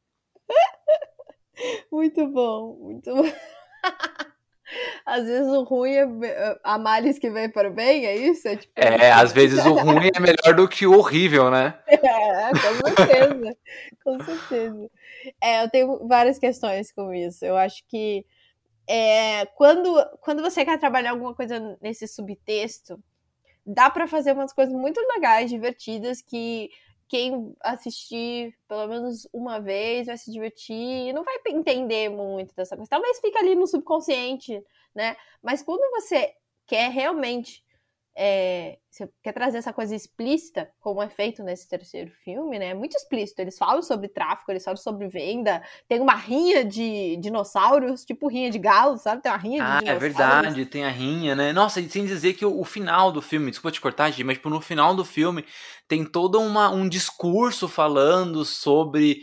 Muito bom, muito bom. Às vezes o ruim é a males que vem para o bem, é isso? Tipo às vezes o ruim é melhor do que o horrível, né? Com certeza. Com certeza. Eu tenho várias questões com isso. Eu acho que quando você quer trabalhar alguma coisa nesse subtexto, dá para fazer umas coisas muito legais, divertidas, que quem assistir pelo menos uma vez vai se divertir e não vai entender muito dessa coisa. Talvez fique ali no subconsciente, né? Mas quando você quer realmente você quer trazer essa coisa explícita, como é feito nesse terceiro filme, né? É muito explícito. Eles falam sobre tráfico, eles falam sobre venda. Tem uma rinha de dinossauros, tipo rinha de galo, sabe? Tem uma rinha de dinossauros. É verdade, tem a rinha, né? Nossa, e sem dizer que o final do filme, desculpa te cortar, Gi, mas tipo, no final do filme tem todo um discurso falando sobre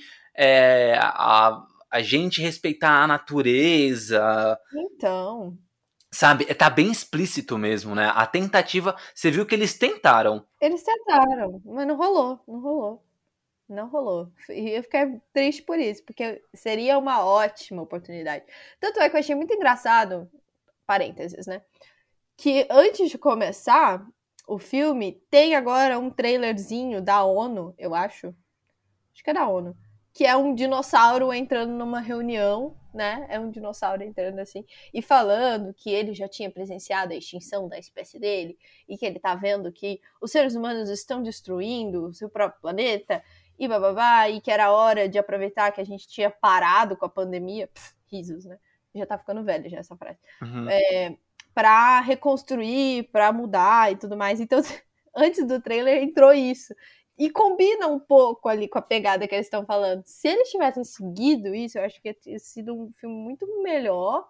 a gente respeitar a natureza. Então... Sabe, tá bem explícito mesmo, né? A tentativa, você viu que eles tentaram. Eles tentaram, mas não rolou, não rolou. Não rolou. E eu fiquei triste por isso, porque seria uma ótima oportunidade. Tanto é que eu achei muito engraçado, parênteses, né? Que antes de começar o filme, tem agora um trailerzinho da ONU, eu acho. Acho que é da ONU. Que é um dinossauro entrando numa reunião, né? É um dinossauro entrando assim e falando que ele já tinha presenciado a extinção da espécie dele e que ele tá vendo que os seres humanos estão destruindo o seu próprio planeta e bababá, e que era hora de aproveitar que a gente tinha parado com a pandemia. Risos, né? Já tá ficando velha já essa frase. Uhum. Pra reconstruir, pra mudar e tudo mais. Então, antes do trailer entrou isso. E combina um pouco ali com a pegada que eles estão falando. Se eles tivessem seguido isso, eu acho que ia ter sido um filme muito melhor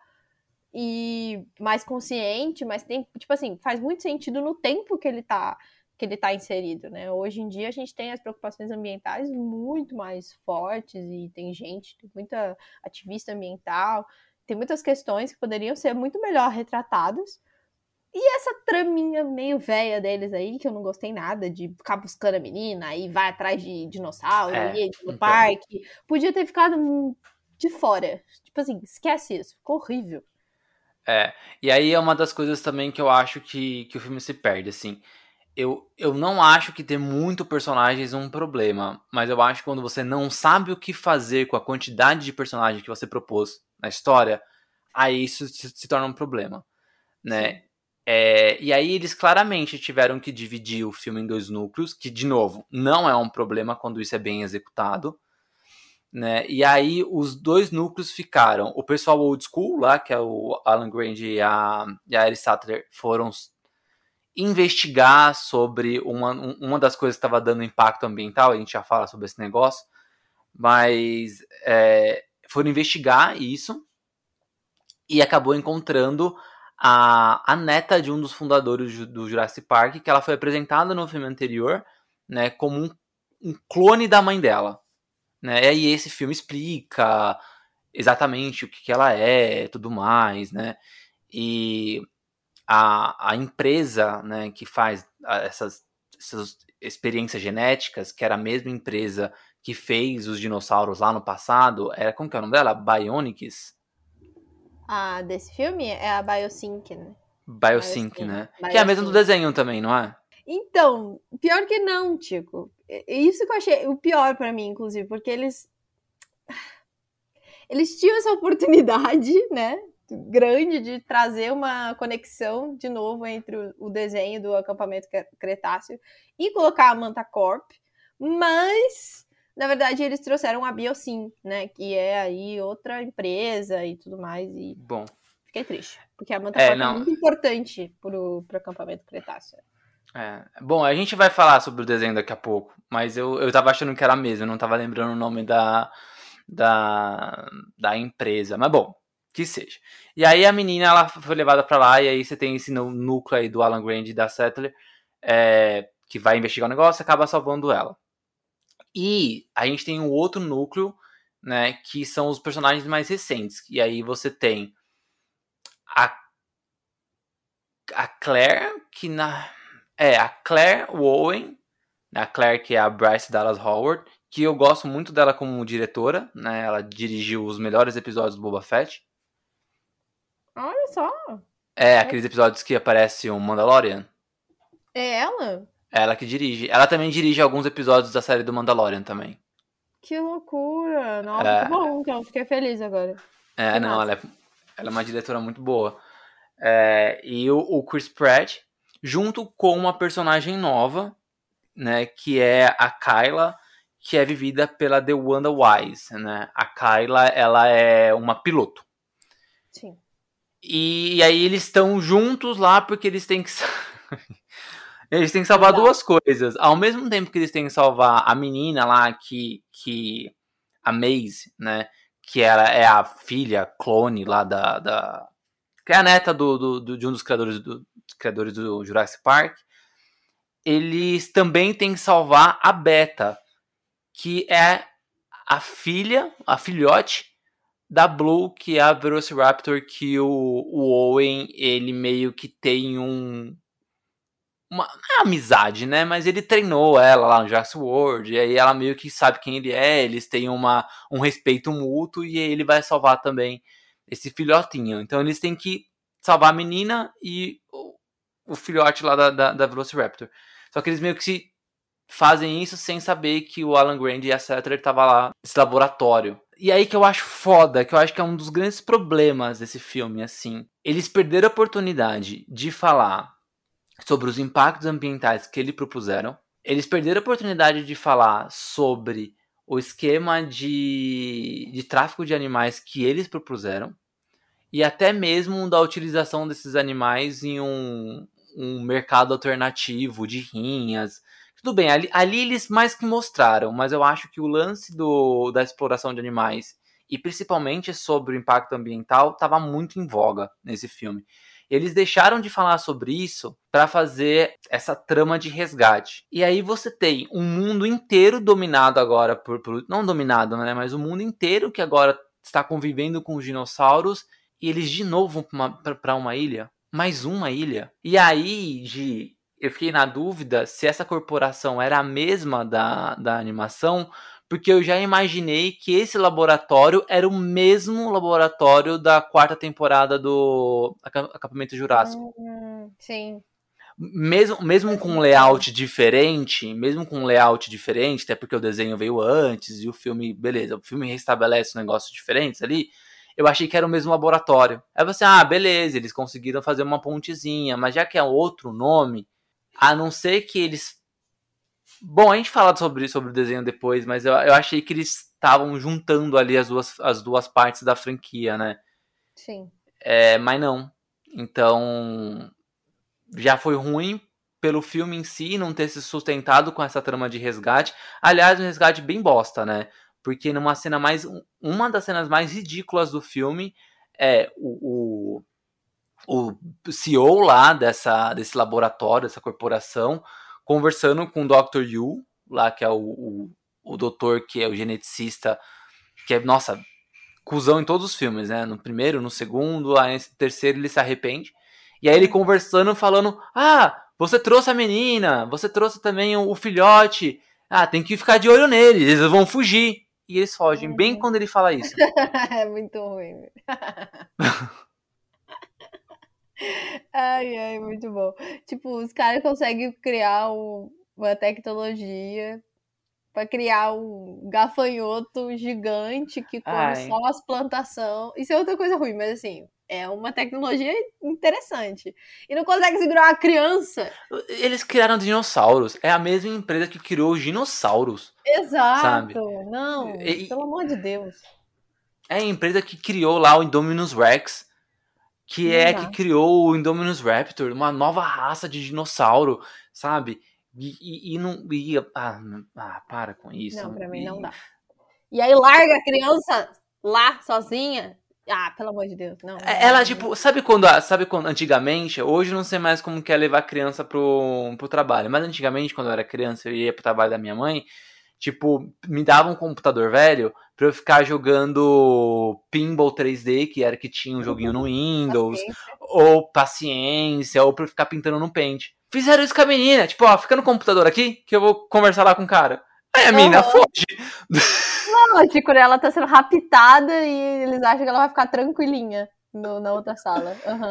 e mais consciente, mas tem, tipo assim, faz muito sentido no tempo que ele tá inserido, né? Hoje em dia a gente tem as preocupações ambientais muito mais fortes e tem muita ativista ambiental, tem muitas questões que poderiam ser muito melhor retratadas. E essa traminha meio velha deles aí, que eu não gostei nada, de ficar buscando a menina e vai atrás de dinossauro e entra no parque, podia ter ficado de fora. Tipo assim, esquece isso, ficou horrível. E aí é uma das coisas também que eu acho que o filme se perde, assim. Eu não acho que ter muito personagens é um problema, mas eu acho que quando você não sabe o que fazer com a quantidade de personagens que você propôs na história, aí isso se torna um problema, né? E aí eles claramente tiveram que dividir o filme em 2 núcleos, que, de novo, não é um problema quando isso é bem executado, né? E aí os 2 núcleos ficaram. O pessoal old school lá, que é o Alan Grant e a Ellie Sattler, foram investigar sobre uma das coisas que estava dando impacto ambiental. A gente já fala sobre esse negócio, mas foram investigar isso e acabou encontrando a neta de um dos fundadores do Jurassic Park, que ela foi apresentada no filme anterior, né, como um clone da mãe dela, né? E aí esse filme explica exatamente o que ela é, tudo mais, né? E a empresa, né, que faz essas experiências genéticas, que era a mesma empresa que fez os dinossauros lá no passado, como que é o nome dela? Bionics? Desse filme é a Biosync, né? Biosync, né? Biosync. Que é a mesma do desenho também, não é? Então, pior que não, Tico. Isso que eu achei o pior pra mim, inclusive, porque eles tinham essa oportunidade, né, grande de trazer uma conexão de novo entre o desenho do acampamento Cretáceo e colocar a Manta Corp, mas na verdade eles trouxeram a Biosyn, né, que é aí outra empresa e tudo mais, e bom, fiquei triste, porque a Manta Corp não. é muito importante pro acampamento Cretáceo. Bom, a gente vai falar sobre o desenho daqui a pouco, mas eu tava achando que era a mesma, eu não tava lembrando o nome da empresa, mas bom, que seja. E aí a menina, ela foi levada pra lá, e aí você tem esse núcleo aí do Alan Grant e da Sattler, que vai investigar o negócio e acaba salvando ela. E a gente tem um outro núcleo, né, que são os personagens mais recentes, e aí você tem a Claire, a Claire Owen, a Claire, que é a Bryce Dallas Howard, que eu gosto muito dela como diretora, né? Ela dirigiu os melhores episódios do Boba Fett. Olha só! Aqueles episódios que aparece o Mandalorian. É ela? É ela que dirige. Ela também dirige alguns episódios da série do Mandalorian também. Que loucura! Nossa, que bom, então fiquei feliz agora. Não, ela é uma diretora muito boa. E o Chris Pratt, junto com uma personagem nova, né, que é a Kyla, que é vivida pela The Wanda Wise, né? A Kyla, ela é uma piloto. Sim. E aí eles estão juntos lá porque eles têm que eles têm que salvar duas coisas. Ao mesmo tempo que eles têm que salvar a menina lá que a Maisie, né, que ela é a filha clone lá que é a neta de um dos criadores do Jurassic Park. Eles também têm que salvar a Beta, que é a filhote da Blue, que é a Velociraptor, que o Owen, ele meio que tem uma amizade, né? Mas ele treinou ela lá no Jurassic World, e aí ela meio que sabe quem ele é, eles têm um respeito mútuo, e aí ele vai salvar também esse filhotinho. Então eles têm que salvar a menina e o filhote lá da Velociraptor. Só que eles meio que fazem isso sem saber que o Alan Grant e a Sattler estavam lá nesse laboratório. E aí que eu acho foda, que eu acho que é um dos grandes problemas desse filme, assim. Eles perderam a oportunidade de falar sobre os impactos ambientais que eles propuseram. Eles perderam a oportunidade de falar sobre o esquema de tráfico de animais que eles propuseram. e até mesmo da utilização desses animais em um mercado alternativo de rinhas. Tudo bem, ali eles mais que mostraram, mas eu acho que o lance da exploração de animais, e principalmente sobre o impacto ambiental, estava muito em voga nesse filme. Eles deixaram de falar sobre isso para fazer essa trama de resgate. E aí você tem um mundo inteiro dominado agora não dominado, né, mas o mundo inteiro que agora está convivendo com os dinossauros, e eles de novo vão para uma ilha, mais uma ilha. E aí, eu fiquei na dúvida se essa corporação era a mesma da animação, porque eu já imaginei que esse laboratório era o mesmo laboratório da 4ª temporada do Acampamento Jurássico. Sim. Mesmo com um layout diferente, até porque o desenho veio antes e o filme, beleza, o filme restabelece negócios diferentes ali, eu achei que era o mesmo laboratório. Aí você, beleza, eles conseguiram fazer uma pontezinha, mas já que é outro nome, a não ser que eles... Bom, a gente fala sobre o desenho depois, mas eu achei que eles estavam juntando ali as duas partes da franquia, né? Sim. Mas não. Então, já foi ruim pelo filme em si não ter se sustentado com essa trama de resgate. Aliás, um resgate bem bosta, né? Porque uma das cenas mais ridículas do filme é o CEO lá desse laboratório, dessa corporação, conversando com o Dr. Yu, lá que é o doutor que é o geneticista, que é, nossa, cuzão em todos os filmes, né? No primeiro, no segundo, aí no terceiro ele se arrepende. E aí ele conversando, falando, você trouxe a menina, você trouxe também o filhote, tem que ficar de olho neles, eles vão fugir. E eles fogem, bem quando ele fala isso. É muito ruim. Ai, muito bom. Tipo, os caras conseguem criar uma tecnologia pra criar um gafanhoto gigante que come só as plantações. Isso é outra coisa ruim, mas assim, é uma tecnologia interessante. E não consegue segurar uma criança. Eles criaram dinossauros. É a mesma empresa que criou os dinossauros. Exato. Sabe? Não, pelo amor de Deus. É a empresa que criou lá o Indominus Rex, que que criou o Indominus Raptor, uma nova raça de dinossauro, sabe? E não... para com isso. Não, pra mim não dá. E aí larga a criança lá, sozinha. Pelo amor de Deus, não. Ela, tipo, sabe quando antigamente, hoje eu não sei mais como que é levar a criança pro trabalho, mas antigamente, quando eu era criança, eu ia pro trabalho da minha mãe, tipo, me dava um computador velho pra eu ficar jogando Pinball 3D, que era que tinha um joguinho no Windows, ou Paciência, ou pra eu ficar pintando no Paint. Fizeram isso com a menina, tipo, fica no computador aqui, que eu vou conversar lá com o cara. Aí a menina foge. Lógico, né? Ela tá sendo raptada e eles acham que ela vai ficar tranquilinha na outra sala.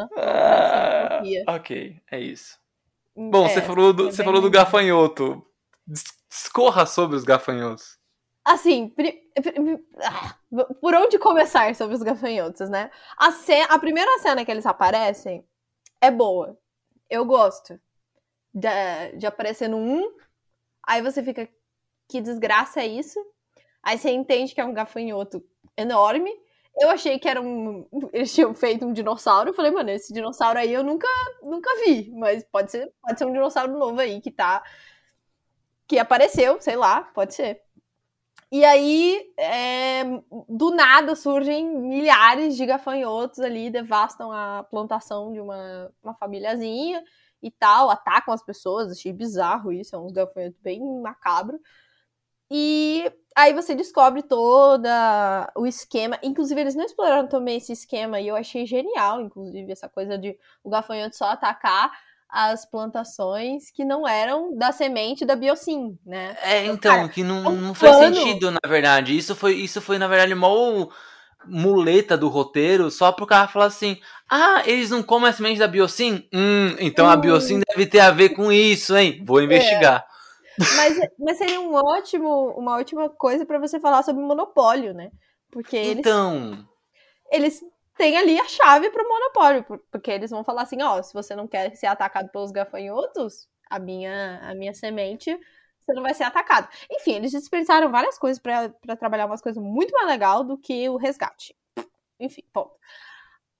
Ok, é isso. Bom, você falou do gafanhoto. Discorra sobre os gafanhotos. Assim, por onde começar sobre os gafanhotos, né? A primeira cena que eles aparecem é boa. Eu gosto de aparecer no aí você fica, que desgraça é isso? Aí você entende que é um gafanhoto enorme. Eu achei que eles tinham feito um dinossauro. Eu falei, mano, esse dinossauro aí eu nunca vi. Mas pode ser um dinossauro novo aí que apareceu, sei lá, pode ser. E aí, do nada, surgem milhares de gafanhotos ali, devastam a plantação de uma famíliazinha e tal, atacam as pessoas. Achei bizarro isso, é uns gafanhotos bem macabro. E aí você descobre todo o esquema. Inclusive, eles não exploraram também esse esquema, e eu achei genial, inclusive, essa coisa de o gafanhoto só atacar as plantações que não eram da semente da Biosyn, né? Então, cara, que não faz sentido, na verdade. Isso foi, na verdade, mó muleta do roteiro, só pro cara falar assim, eles não comem a semente da Biosyn? Então a Biosyn deve ter a ver com isso, hein? Vou investigar. Mas seria uma ótima coisa pra você falar sobre monopólio, né? Porque eles têm ali a chave pro monopólio, porque eles vão falar assim, se você não quer ser atacado pelos gafanhotos, a minha semente, você não vai ser atacado. Enfim, eles desperdiçaram várias coisas pra trabalhar umas coisas muito mais legais do que o resgate. Enfim, ponto.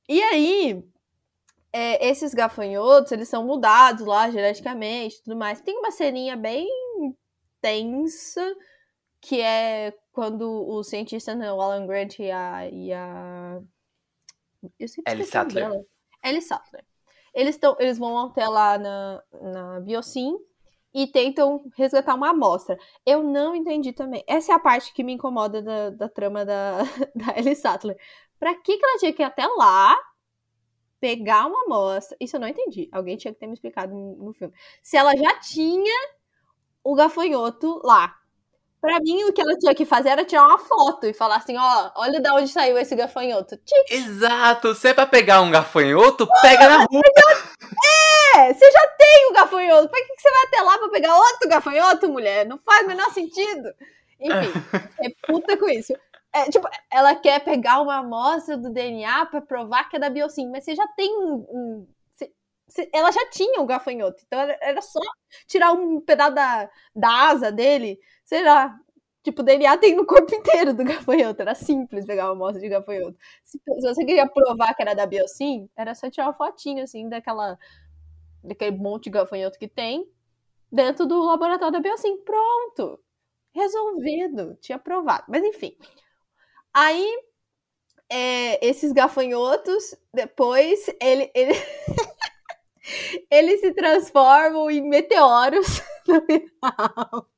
E aí, esses gafanhotos, eles são mudados lá geneticamente e tudo mais. Tem uma ceninha bem tensa, que é quando o cientista, né, o Alan Grant e a eu sempre Ellie esqueci o nome Sattler. dela. Ellie Sattler. Eles vão até lá na Biosyn e tentam resgatar uma amostra. Eu não entendi também. Essa é a parte que me incomoda da trama da Ellie Sattler. Pra que ela tinha que ir até lá pegar uma amostra? Isso eu não entendi. Alguém tinha que ter me explicado no filme. Se ela já tinha o gafanhoto lá. Pra mim, o que ela tinha que fazer era tirar uma foto e falar assim, ó, olha de onde saiu esse gafanhoto. Tic! Exato, se é pra pegar um gafanhoto, pega na rua. Você já tem o gafanhoto. Pra que você vai até lá pra pegar outro gafanhoto, mulher? Não faz o menor sentido. Enfim, é puta com isso. Tipo, ela quer pegar uma amostra do DNA pra provar que é da Biosyn, mas você já tem ela já tinha o gafanhoto, então era só tirar um pedaço da asa dele, sei lá. Tipo, o DNA tem no corpo inteiro do gafanhoto. Era simples pegar uma amostra de gafanhoto. Se você queria provar que era da Biosyn, era só tirar uma fotinho, assim, daquele monte de gafanhoto que tem dentro do laboratório da Biosyn. Pronto. Resolvido. Tinha provado. Mas, enfim. Aí, esses gafanhotos, depois, eles se transformam em meteoros no final.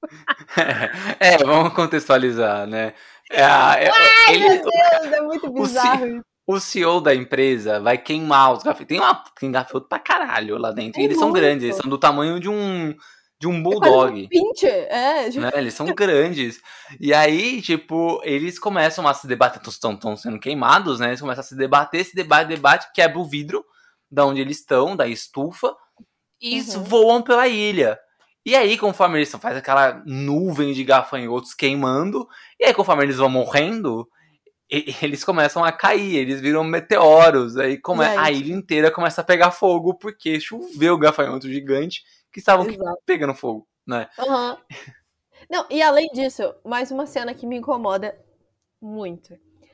Vamos contextualizar, né? Ai, meu Deus, é muito bizarro. O CEO da empresa vai queimar os gafanhotos. Tem gafanhoto pra caralho lá dentro. E eles são grandes, eles são do tamanho de um bulldog. Um pincher, né? Eles são grandes. E aí, tipo, eles começam a se debater, estão sendo queimados, né? Eles começam a se debater, debate, quebra o vidro da onde eles estão, da estufa, e voam pela ilha. E aí, conforme eles fazem aquela nuvem de gafanhotos queimando, e aí, conforme eles vão morrendo, eles começam a cair, eles viram meteoros, aí a ilha inteira começa a pegar fogo, porque choveu gafanhoto gigante que estavam pegando fogo, né? Não, e além disso, mais uma cena que me incomoda muito.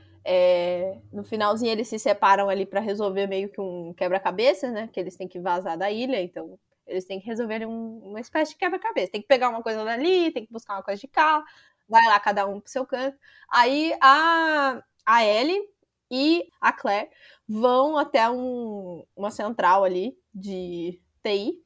No finalzinho eles se separam ali pra resolver meio que um quebra-cabeça, né? Que eles têm que vazar da ilha, então eles têm que resolver uma espécie de quebra-cabeça. Tem que pegar uma coisa dali, tem que buscar uma coisa de cá, vai lá cada um pro seu canto. Aí a Ellie e a Claire vão até uma central ali de TI.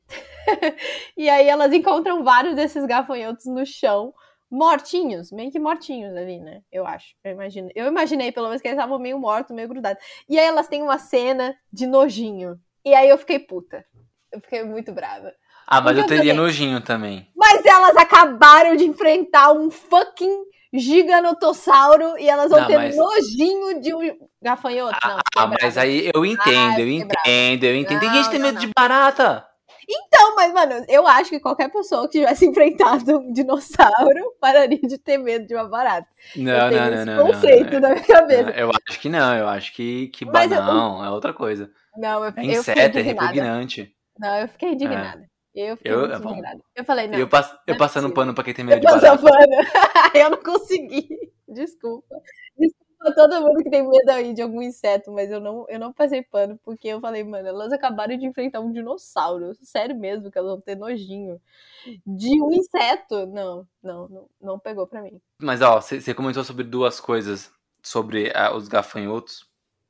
E aí elas encontram vários desses gafanhotos no chão, mortinhos, meio que mortinhos ali, né? Eu acho. Eu imaginei, pelo menos, que eles estavam meio mortos, meio grudados. E aí elas têm uma cena de nojinho. E aí eu fiquei puta. Eu fiquei muito brava. Mas eu teria nojinho também. Mas elas acabaram de enfrentar um fucking giganotossauro e elas vão ter nojinho de um gafanhoto. Mas aí eu entendo. Tem gente que tem medo de barata. Então, mas, mano, eu acho que qualquer pessoa que tivesse enfrentado um dinossauro pararia de ter medo de uma barata. Não. Conceito na minha cabeça. Eu acho que não, eu acho que não, é outra coisa. Não, é inseto, é repugnante. Não, eu fiquei indignada. Eu fiquei muito indignada. Eu falei, não. Eu passando pano pra quem tem medo de barata. Eu não consegui. Desculpa a todo mundo que tem medo aí de algum inseto, mas eu não passei pano, porque eu falei, mano, elas acabaram de enfrentar um dinossauro. Sério mesmo que elas vão ter nojinho de um inseto. Não pegou pra mim. Mas, ó, você comentou sobre duas coisas, sobre os gafanhotos,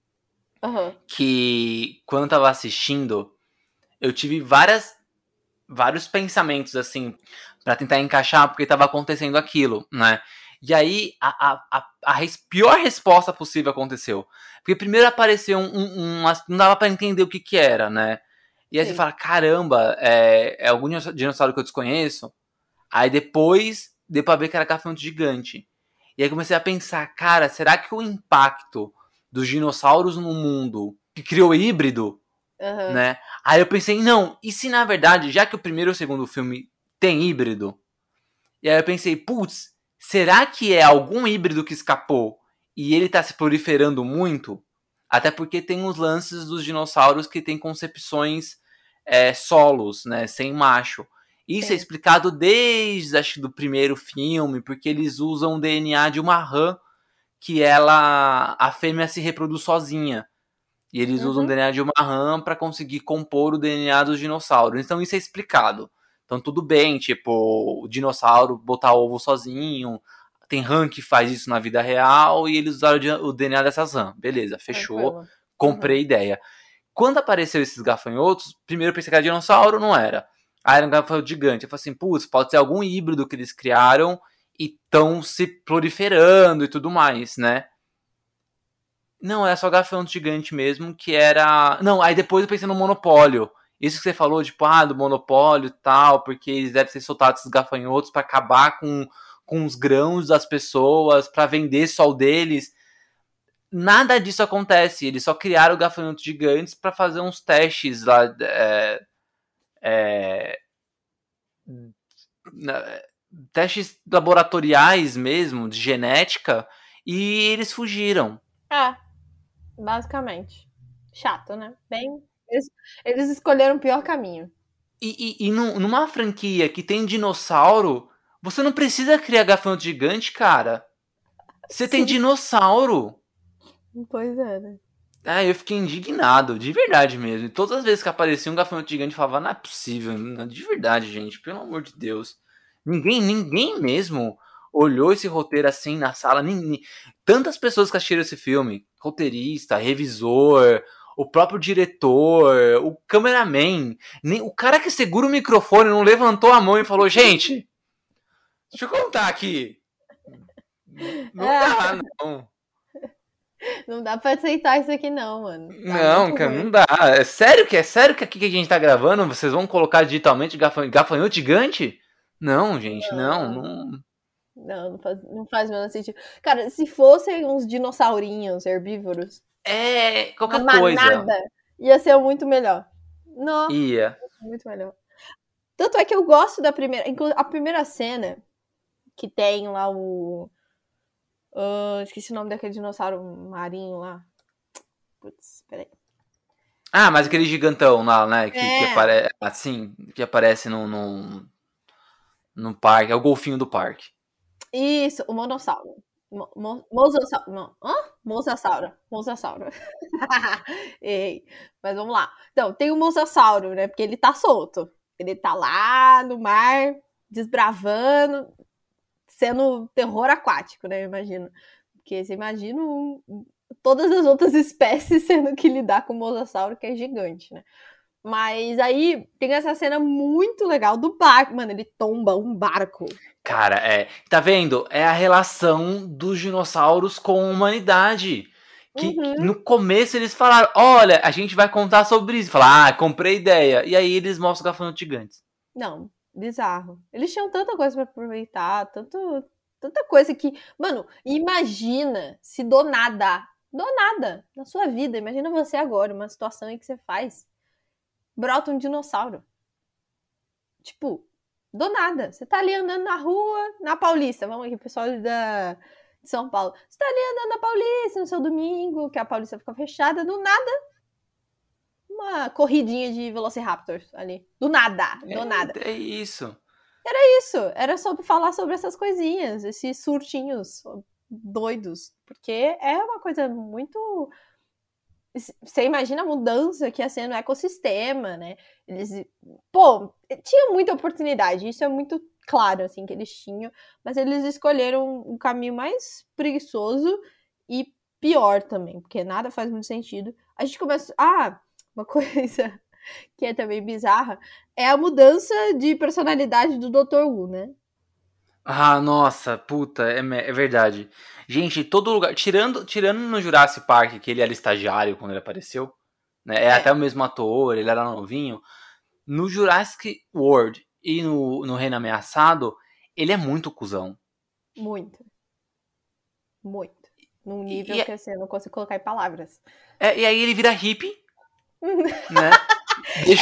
que quando eu tava assistindo, eu tive vários pensamentos, assim, pra tentar encaixar, porque tava acontecendo aquilo, né? E aí, a pior resposta possível aconteceu. Porque primeiro apareceu não dava pra entender o que era, né? E aí você fala, caramba, é algum dinossauro que eu desconheço? Aí depois, deu pra ver que era gafanhoto gigante. E aí comecei a pensar, cara, será que o impacto dos dinossauros no mundo que criou híbrido, né? Aí eu pensei, não, e se na verdade, já que o primeiro e o segundo filme tem híbrido? E aí eu pensei, putz, será que é algum híbrido que escapou e ele tá se proliferando muito? Até porque tem os lances dos dinossauros que tem concepções solos, né, sem macho. Isso é explicado desde, acho, do primeiro filme, porque eles usam o DNA de uma rã que a fêmea se reproduz sozinha. E eles usam o DNA de uma rã pra conseguir compor o DNA dos dinossauros. Então isso é explicado. Então tudo bem, tipo, o dinossauro botar ovo sozinho. Tem rã que faz isso na vida real e eles usaram o DNA dessas rãs. Beleza, fechou. Comprei a ideia. Quando apareceu esses gafanhotos, primeiro eu pensei que era dinossauro, não era. Aí era um gafanhoto gigante. Eu falei assim, putz, pode ser algum híbrido que eles criaram e estão se proliferando e tudo mais, né? Não, era só gafanhoto gigante mesmo, que era... Não, aí depois eu pensei no monopólio. Isso que você falou, tipo, do monopólio e tal, porque eles devem ser soltados esses gafanhotos pra acabar com os grãos das pessoas, pra vender só o deles. Nada disso acontece. Eles só criaram gafanhotos gigantes pra fazer uns testes lá... testes laboratoriais mesmo, de genética, e eles fugiram. Basicamente. Chato, né? Bem, eles escolheram o pior caminho. E numa franquia que tem dinossauro, você não precisa criar gafanhoto gigante, cara. Você tem dinossauro. Pois é, né? Eu fiquei indignado, de verdade mesmo. E todas as vezes que aparecia um gafanhoto gigante, eu falava, não é possível, de verdade, gente, pelo amor de Deus. Ninguém mesmo olhou esse roteiro assim na sala. Tantas pessoas que assistiram esse filme, roteirista, revisor, o próprio diretor, o cameraman, nem o cara que segura o microfone não levantou a mão e falou, gente, deixa eu contar aqui. Não dá, não. Não dá pra aceitar isso aqui não, mano. Não, cara, não dá. É sério que aqui que a gente tá gravando, vocês vão colocar digitalmente gafanhoto gigante? Não, gente, não. Não faz o menor sentido. Cara, se fossem uns dinossaurinhos herbívoros. Qualquer uma manada, coisa. Ia ser muito melhor. Não. Ia. Muito melhor. Tanto é que eu gosto da primeira. A primeira cena que tem lá o. Esqueci o nome daquele dinossauro marinho lá. Putz, peraí. Mas aquele gigantão lá, né? Que aparece assim, que aparece no parque. É o golfinho do parque. Isso, o monossauro. Mosasauro. Mosasauro. Mosasauro. Ei, mas vamos lá. Então, tem o mosasauro, né? Porque ele tá solto. Ele tá lá no mar, desbravando, sendo terror aquático, né? Imagino. Porque você imagina todas as outras espécies tendo que lidar com o mosasauro, que é gigante, né? Mas aí tem essa cena muito legal do barco. Mano, ele tomba um barco. Cara, tá vendo? É a relação dos dinossauros com a humanidade. Que no começo eles falaram, olha, a gente vai contar sobre isso. Falaram, comprei ideia. E aí eles mostram gafanhotos gigantes. Não, bizarro. Eles tinham tanta coisa pra aproveitar, tanta coisa que... Mano, imagina se do nada, na sua vida, imagina você agora, uma situação em que você faz, brota um dinossauro. Tipo, do nada. Você tá ali andando na rua, na Paulista. Vamos aqui, pessoal de São Paulo. Você tá ali andando na Paulista no seu domingo, que a Paulista fica fechada, do nada, uma corridinha de Velociraptors ali. Do nada. É isso. Era só pra falar sobre essas coisinhas, esses surtinhos doidos. Porque é uma coisa muito... Você imagina a mudança que ia ser no ecossistema, né? Eles, tinha muita oportunidade, isso é muito claro, assim, que eles tinham, mas eles escolheram um caminho mais preguiçoso e pior também, porque nada faz muito sentido. A gente começa... uma coisa que é também bizarra é a mudança de personalidade do Dr. Wu, né? Nossa, puta, é verdade. Gente, todo lugar, tirando no Jurassic Park, que ele era estagiário quando ele apareceu, né? Até o mesmo ator, ele era novinho. No Jurassic World e no Reino Ameaçado, ele é muito cuzão. Muito. Num nível que assim, eu não consigo colocar em palavras. E aí ele vira hippie, né? Deixa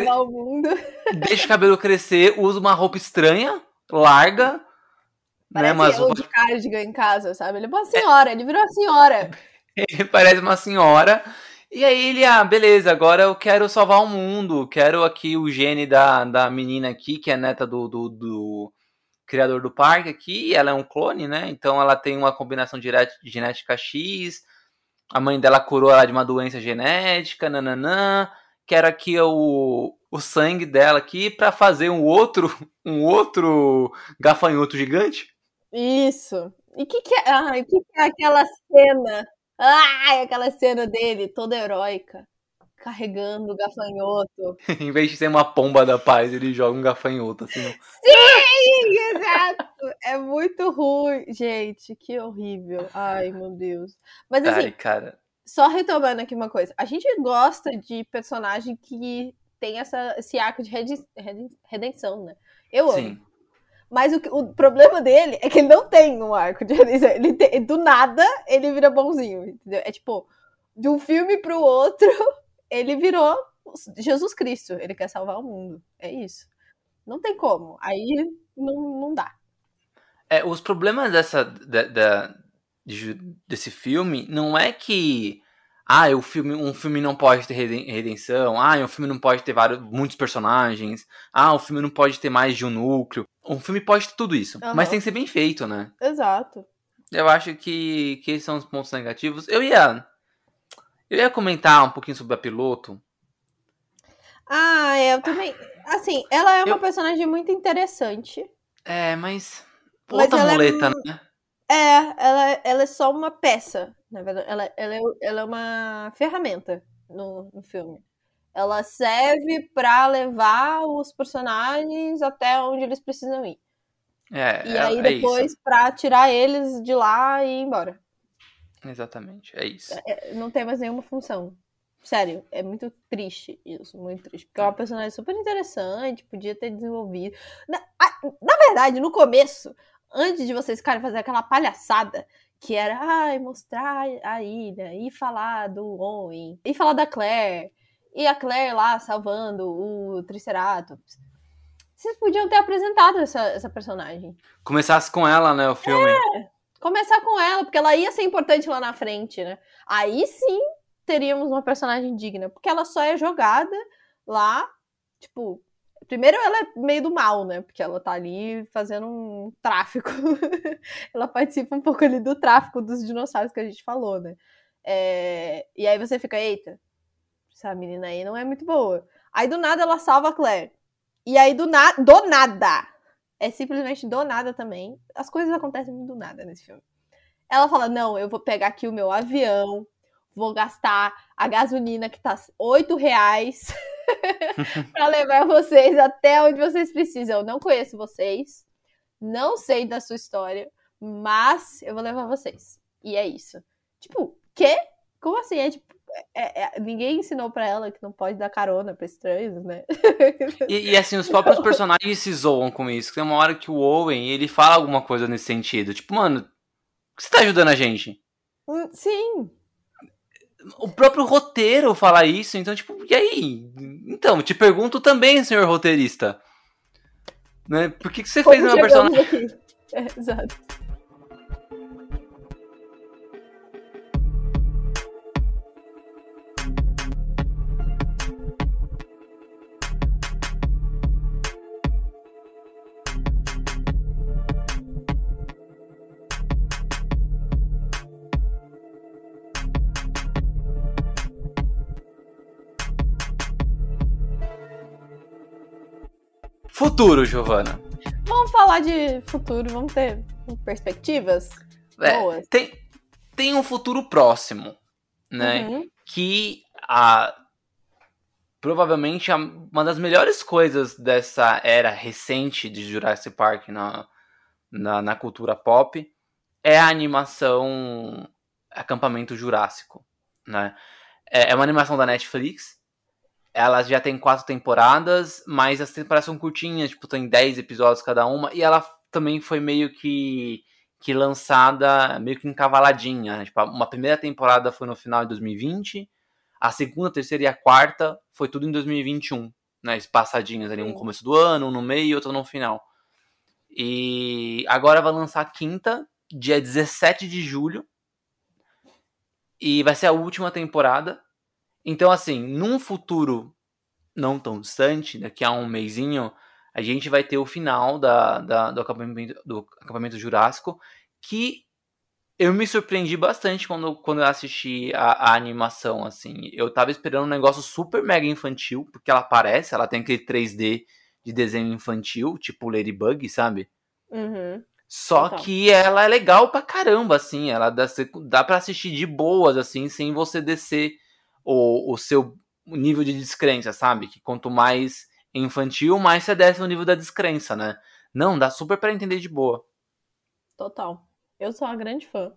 o cabelo crescer, usa uma roupa estranha, larga. Parece o de cardigan em casa, sabe? Ele é uma senhora, ele virou uma senhora. Ele parece uma senhora. E aí ele, beleza, agora eu quero salvar o mundo. Quero aqui o gene da menina aqui, que é neta do criador do parque aqui. Ela é um clone, né? Então ela tem uma combinação de genética X. A mãe dela curou ela de uma doença genética, nananã. Quero aqui o sangue dela aqui pra fazer um outro gafanhoto gigante. Isso. E o que que é aquela cena? Ai, aquela cena dele, toda heróica, carregando o gafanhoto. Em vez de ser uma pomba da paz, ele joga um gafanhoto assim. Sim, exato. É muito ruim. Gente, que horrível. Ai, meu Deus. Mas Ai, assim, cara. só retomando aqui uma coisa. A gente gosta de personagem que tem esse arco de redenção, né? Eu amo. Sim. Mas o problema dele é que ele não tem um arco de redenção. Do nada, ele vira bonzinho, entendeu? É tipo, de um filme pro outro, ele virou Jesus Cristo. Ele quer salvar o mundo. É isso. Não tem como. Aí não dá. Os problemas desse filme não é que um filme não pode ter redenção, um filme não pode ter muitos personagens, o filme não pode ter mais de um núcleo. Um filme pode ter tudo isso, mas tem que ser bem feito, né? Exato. Eu acho que esses são os pontos negativos. Eu ia comentar um pouquinho sobre a piloto. Eu também. Assim, ela é uma personagem muito interessante. Mas Mas outra ela muleta, né? ela é só uma peça, na verdade. Ela é uma ferramenta no filme. Ela serve pra levar os personagens até onde eles precisam ir. E aí É isso. depois pra tirar eles de lá e ir embora. Exatamente, é isso. Não tem mais nenhuma função. Sério, é muito triste isso, muito triste. Porque é uma personagem super interessante, podia ter desenvolvido. Na verdade, no começo, antes de vocês ficarem fazendo aquela palhaçada, que era mostrar a ilha, e falar do Owen, e falar da Claire, e a Claire lá salvando o Triceratops. Vocês podiam ter apresentado essa personagem. Começasse com ela, né, o filme. Começar com ela, porque ela ia ser importante lá na frente, né? Aí sim teríamos uma personagem digna, porque ela só é jogada lá, tipo, primeiro ela é meio do mal, né? Porque ela tá ali fazendo um tráfico. Ela participa um pouco ali do tráfico dos dinossauros que a gente falou, né? E aí você fica, eita, essa menina aí não é muito boa. Aí do nada ela salva a Claire. E aí do nada, é simplesmente do nada também. As coisas acontecem do nada nesse filme. Ela fala, não, eu vou pegar aqui o meu avião, vou gastar a gasolina que tá R$8 pra levar vocês até onde vocês precisam. Eu não conheço vocês, não sei da sua história, mas eu vou levar vocês. E é isso. Tipo, quê? Como assim? Ninguém ensinou pra ela que não pode dar carona pra estranhos, né? E assim, os próprios personagens se zoam com isso. Tem uma hora que o Owen, ele fala alguma coisa nesse sentido. Tipo, mano, por que você tá ajudando a gente? Sim. O próprio roteiro fala isso, então, tipo, e aí? Então, te pergunto também, senhor roteirista. Né? Por que você fez uma personagem... Aqui? Exato. Futuro, Giovana. Vamos falar de futuro, vamos ter perspectivas boas. Tem um futuro próximo, né? Uhum. Que provavelmente uma das melhores coisas dessa era recente de Jurassic Park na cultura pop é a animação Acampamento Jurássico, né? É uma animação da Netflix. Ela já tem 4 temporadas, mas as temporadas são curtinhas, tipo, tem 10 episódios cada uma, e ela também foi meio que lançada, meio que encavaladinha, né? Tipo, uma primeira temporada foi no final de 2020, a segunda, a terceira e a quarta foi tudo em 2021, né? Espaçadinhas ali, um no começo do ano, um no meio e outro no final. E agora vai lançar a quinta, dia 17 de julho, e vai ser a última temporada. Então, assim, num futuro não tão distante, daqui a um mesinho, a gente vai ter o final do acampamento Jurássico, que Eu me surpreendi bastante quando eu assisti a animação, assim. Eu tava esperando um negócio super mega infantil, porque ela tem aquele 3D de desenho infantil, tipo Ladybug, sabe? Uhum, Só total. que ela é legal pra caramba, assim. Ela dá pra assistir de boas, assim, sem você descer o seu nível de descrença, sabe? Que quanto mais infantil, mais você desce o nível da descrença, né? Não, dá super pra entender de boa. Total. Eu sou uma grande fã.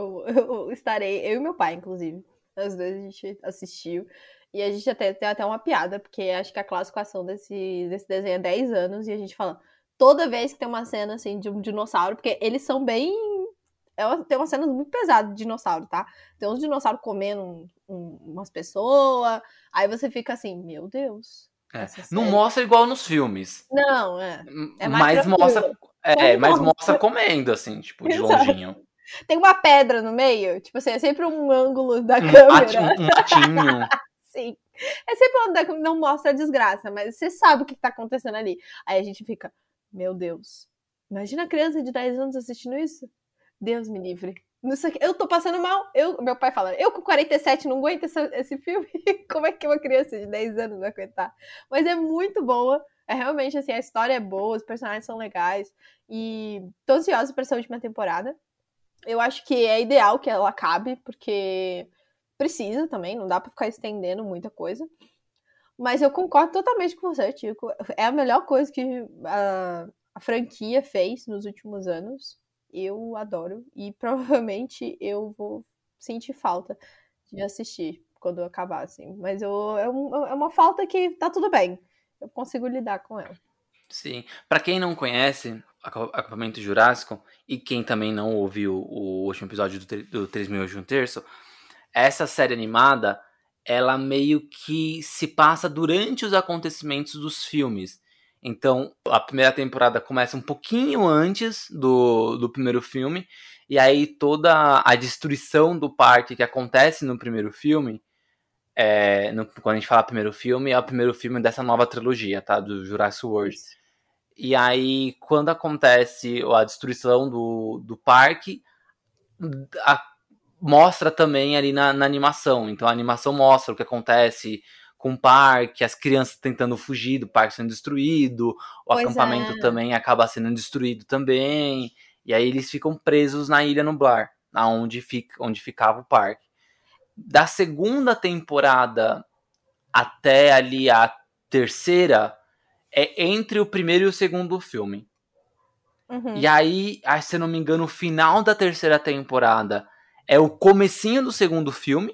Eu estarei, eu e meu pai, inclusive. Nós dois a gente assistiu. E a gente até tem até uma piada, porque acho que a classificação desse desenho é 10 anos, e a gente fala, toda vez que tem uma cena assim de um dinossauro, porque eles são bem. Tem umas cenas muito pesadas de dinossauro, tá? Tem uns dinossauros comendo umas pessoas. Aí você fica assim, meu Deus, É. essa Não série. mostra igual nos filmes. Não, é. É mais Mas mostra. tranquilo. Mas Mas mostra mostra. comendo, assim, tipo, de Exato. longinho. Tem uma pedra no meio, tipo assim, é sempre um ângulo da Um, câmera. um matinho. Sim. É sempre um ângulo da câmera, não mostra a desgraça, mas você sabe o que tá acontecendo ali. Aí a gente fica, meu Deus. Imagina a criança de 10 anos assistindo isso? Deus me livre. Eu tô passando mal. Meu pai fala, eu com 47 não aguento esse filme. Como é que uma criança de 10 anos vai aguentar? Mas é muito boa. É realmente assim, a história é boa, os personagens são legais. E tô ansiosa pra essa última temporada. Eu acho que é ideal que ela acabe, porque precisa também, não dá pra ficar estendendo muita coisa. Mas eu concordo totalmente com você, Tico. É a melhor coisa que a franquia fez nos últimos anos. Eu adoro. E provavelmente eu vou sentir falta de assistir quando eu acabar, assim. Mas é uma falta que tá tudo bem. Eu consigo lidar com ela. Sim. Pra quem não conhece Acampamento Jurássico, e quem também não ouviu o último episódio do 3000 de um terço, essa série animada, ela meio que se passa durante os acontecimentos dos filmes. Então, a primeira temporada começa um pouquinho antes do primeiro filme, e aí toda a destruição do parque que acontece no primeiro filme, quando a gente fala primeiro filme, é o primeiro filme dessa nova trilogia, tá? Do Jurassic World. Isso. E aí, quando acontece a destruição do parque, a mostra também ali na animação. Então a animação mostra o que acontece com o parque, as crianças tentando fugir do parque sendo destruído, o Pois acampamento é. também acaba sendo destruído também, e aí eles ficam presos na Ilha Nublar, onde ficava o parque. Da segunda temporada até ali a terceira, é entre o primeiro e o segundo filme. E Uhum. aí, se eu não me engano, o final da terceira temporada é o comecinho do segundo filme.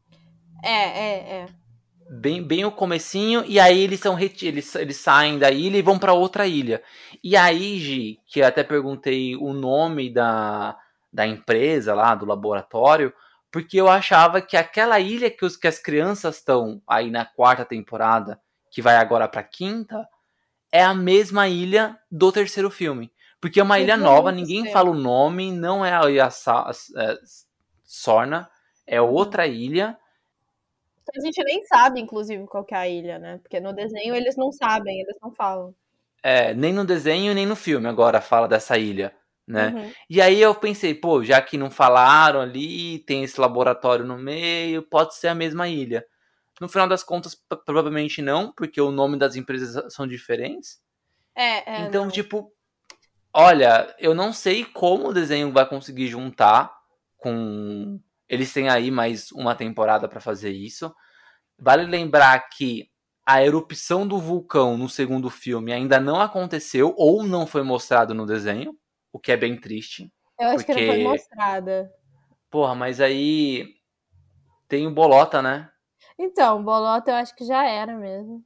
É. Bem o comecinho, e aí eles saem da ilha e vão para outra ilha. E aí, Gi, que eu até perguntei o nome da empresa lá, do laboratório, porque eu achava que aquela ilha que as crianças estão aí na quarta temporada, que vai agora pra quinta, é a mesma ilha do terceiro filme. Porque é uma ilha nova, Muito ninguém estranho. fala o nome, não é a ilha Sorna, é Uhum. outra ilha. A gente nem sabe, inclusive, qual que é a ilha, né? Porque no desenho eles não sabem, eles não falam. Nem no desenho nem no filme agora fala dessa ilha, né? Uhum. E aí eu pensei, pô, já que não falaram ali, tem esse laboratório no meio, pode ser a mesma ilha. No final das contas, provavelmente não, porque o nome das empresas são diferentes. Então, Não. tipo, olha, eu não sei como o desenho vai conseguir juntar com. Eles têm aí mais uma temporada para fazer isso. Vale lembrar que a erupção do vulcão no segundo filme ainda não aconteceu ou não foi mostrado no desenho, o que é bem triste, Eu acho que não foi porque, mostrada. porra, mas aí tem o Bolota, né? Então, Bolota eu acho que já era mesmo.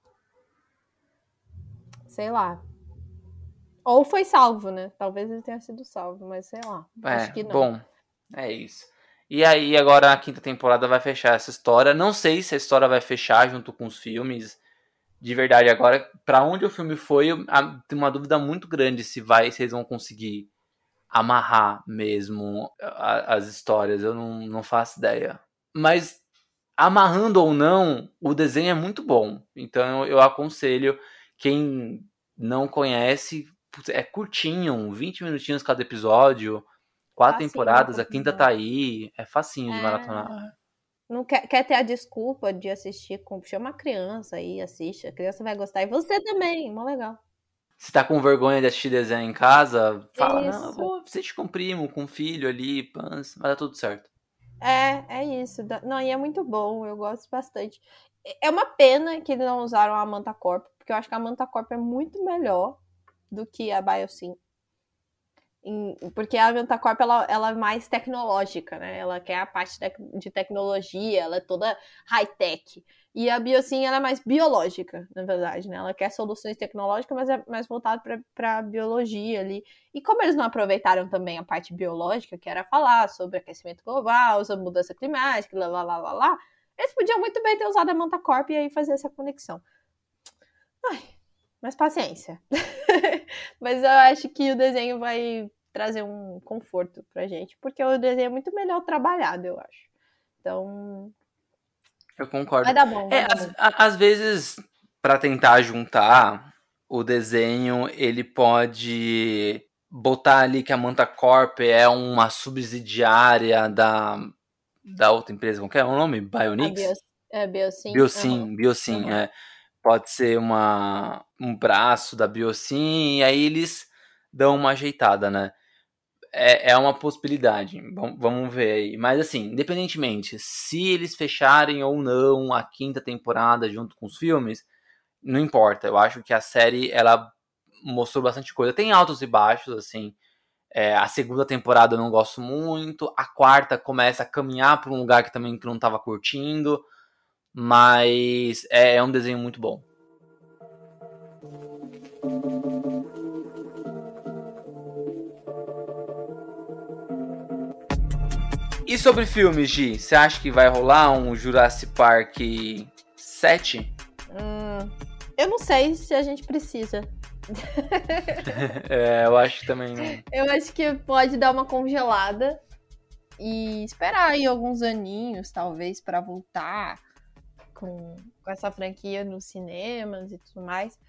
Sei lá. Ou foi salvo, né? Talvez ele tenha sido salvo, mas sei lá. Acho que não. Bom, é isso. E aí agora a quinta temporada vai fechar essa história. Não sei se a história vai fechar junto com os filmes. De verdade, agora, para onde o filme foi, eu tenho uma dúvida muito grande se eles vão conseguir amarrar mesmo as histórias. Eu não faço ideia. Mas amarrando ou não, o desenho é muito bom. Então eu aconselho quem não conhece, é curtinho, 20 minutinhos cada episódio. 4 Facinho de temporadas, a quinta tá acompanhar. aí, é facinho de maratonar. Não quer ter a desculpa de assistir chama a criança aí, assiste. A criança vai gostar. E você também, mó legal. Se tá com vergonha de assistir desenho em casa, fala, não, eu Isso. vou assistir com o primo, com o filho ali, pans, vai dar tudo certo. É isso. Não, e é muito bom, eu gosto bastante. É uma pena que eles não usaram a Manta Corp, porque eu acho que a Manta Corp é muito melhor do que a Biosyn. Porque a Ventacorp ela é mais tecnológica, né? Ela quer a parte de tecnologia, ela é toda high-tech. E a Biosyn ela é mais biológica, na verdade, né? Ela quer soluções tecnológicas, mas é mais voltado para biologia ali. E como eles não aproveitaram também a parte biológica, que era falar sobre aquecimento global, sobre mudança climática, lá, eles podiam muito bem ter usado a Mantacorp e aí fazer essa conexão. Ai, mas paciência. Mas eu acho que o desenho vai trazer um conforto pra gente, porque o desenho é muito melhor trabalhado, eu acho. Então, Eu concordo. vai dar bom, vai dar bom. Às vezes, pra tentar juntar, o desenho, ele pode botar ali que a Manta Corp é uma subsidiária da outra empresa, como que é o nome? Bionix? Biosyn. Biosyn, Uhum. é. Pode ser um braço da Biosyn, e aí eles dão uma ajeitada, né? É uma possibilidade. Vamos ver aí. Mas assim, independentemente, se eles fecharem ou não a quinta temporada junto com os filmes, não importa. Eu acho que a série, ela mostrou bastante coisa. Tem altos e baixos, assim. A segunda temporada eu não gosto muito. A quarta começa a caminhar para um lugar que também que não estava curtindo. Mas é um desenho muito bom. E sobre filmes, Gi? Você acha que vai rolar um Jurassic Park 7? Eu não sei se a gente precisa. Eu acho que também não. Eu acho que pode dar uma congelada e esperar aí alguns aninhos, talvez, para voltar com essa franquia nos cinemas e tudo mais.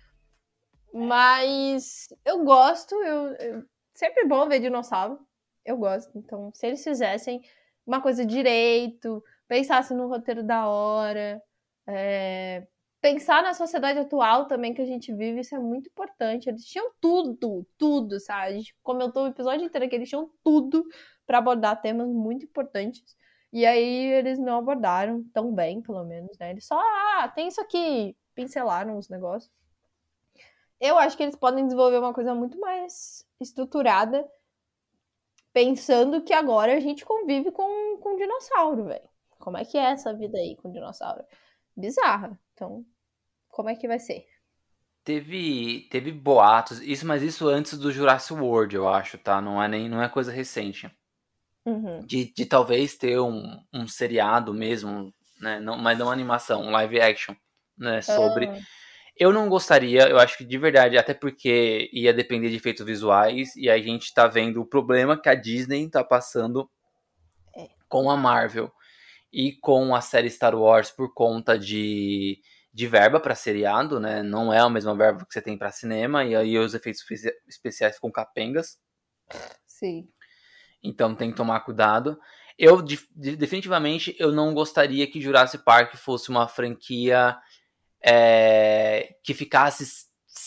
Mas eu gosto, sempre bom ver dinossauro. Eu gosto. Então, se eles fizessem uma coisa direito, pensassem no roteiro da hora, pensar na sociedade atual também que a gente vive, isso é muito importante. Eles tinham tudo, sabe? A gente comentou o episódio inteiro que eles tinham tudo para abordar temas muito importantes. E aí eles não abordaram tão bem, pelo menos, né? Eles só, tem isso aqui, pincelaram os negócios. Eu acho que eles podem desenvolver uma coisa muito mais estruturada, pensando que agora a gente convive com dinossauro, velho. Como é que é essa vida aí com dinossauro? Bizarra. Então, como é que vai ser? Teve boatos, mas isso antes do Jurassic World, eu acho, tá? Não é coisa recente. Uhum. De talvez ter um seriado mesmo, né? Mas não animação, um live action, né? Sobre. Eu não gostaria, eu acho que de verdade, até porque ia depender de efeitos visuais, e a gente tá vendo o problema que a Disney tá passando com a Marvel e com a série Star Wars por conta de verba para seriado, né? Não é a mesma verba que você tem para cinema, e aí os efeitos especiais ficam capengas. Sim. Então tem que tomar cuidado. Eu, definitivamente, eu não gostaria que Jurassic Park fosse uma franquia que ficasse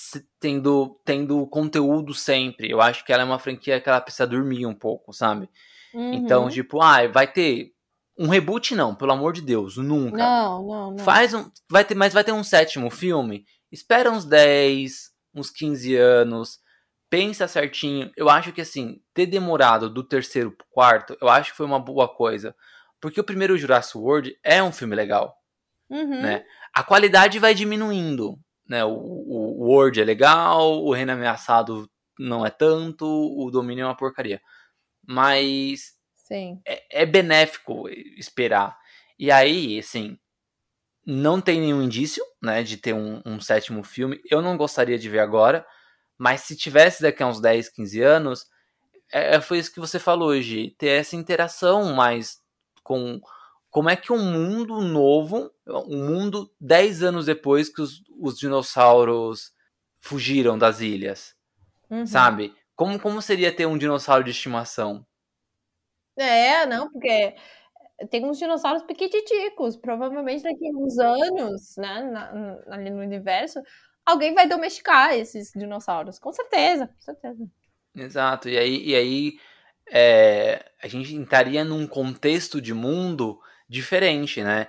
tendo conteúdo sempre. Eu acho que ela é uma franquia que ela precisa dormir um pouco, sabe? Uhum. Então, tipo, vai ter um reboot, não, pelo amor de Deus, nunca. Não. Mas vai ter um sétimo filme? Espera uns 10, uns 15 anos, pensa certinho. Eu acho que, assim, ter demorado do terceiro pro quarto, eu acho que foi uma boa coisa. Porque o primeiro Jurassic World é um filme legal, né? A qualidade vai diminuindo, né? O World é legal, o Reino Ameaçado não é tanto, o Domínio é uma porcaria. Mas Sim. é benéfico esperar. E aí, assim, não tem nenhum indício, né, de ter um sétimo filme. Eu não gostaria de ver agora, mas se tivesse daqui a uns 10, 15 anos, foi isso que você falou hoje, ter essa interação mais com como é que um mundo novo, um mundo 10 anos depois que os dinossauros fugiram das ilhas, sabe? Como seria ter um dinossauro de estimação? Não, porque tem uns dinossauros piquititicos. Provavelmente daqui a uns anos, né, ali no universo, alguém vai domesticar esses dinossauros. Com certeza, com certeza. Exato. E aí a gente entraria num contexto de mundo diferente, né?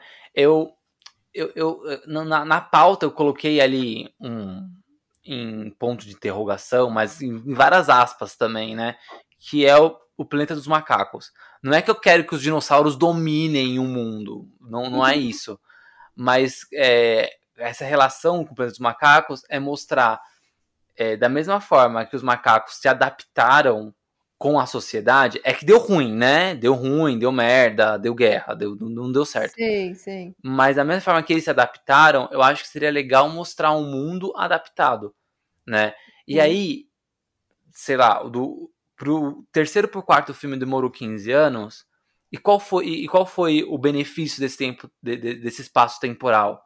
Na pauta eu coloquei ali em ponto de interrogação, mas em várias aspas também, né? Que é o planeta dos macacos. Não é que eu quero que os dinossauros dominem o mundo, não é isso. Mas essa relação com o planeta dos macacos é mostrar da mesma forma que os macacos se adaptaram com a sociedade, é que deu ruim, né? Deu ruim, deu merda, deu guerra, não deu certo. Sei. Mas da mesma forma que eles se adaptaram, eu acho que seria legal mostrar um mundo adaptado, né? E aí, sei lá, pro terceiro pro quarto filme demorou 15 anos. E qual foi o benefício desse tempo, desse espaço temporal?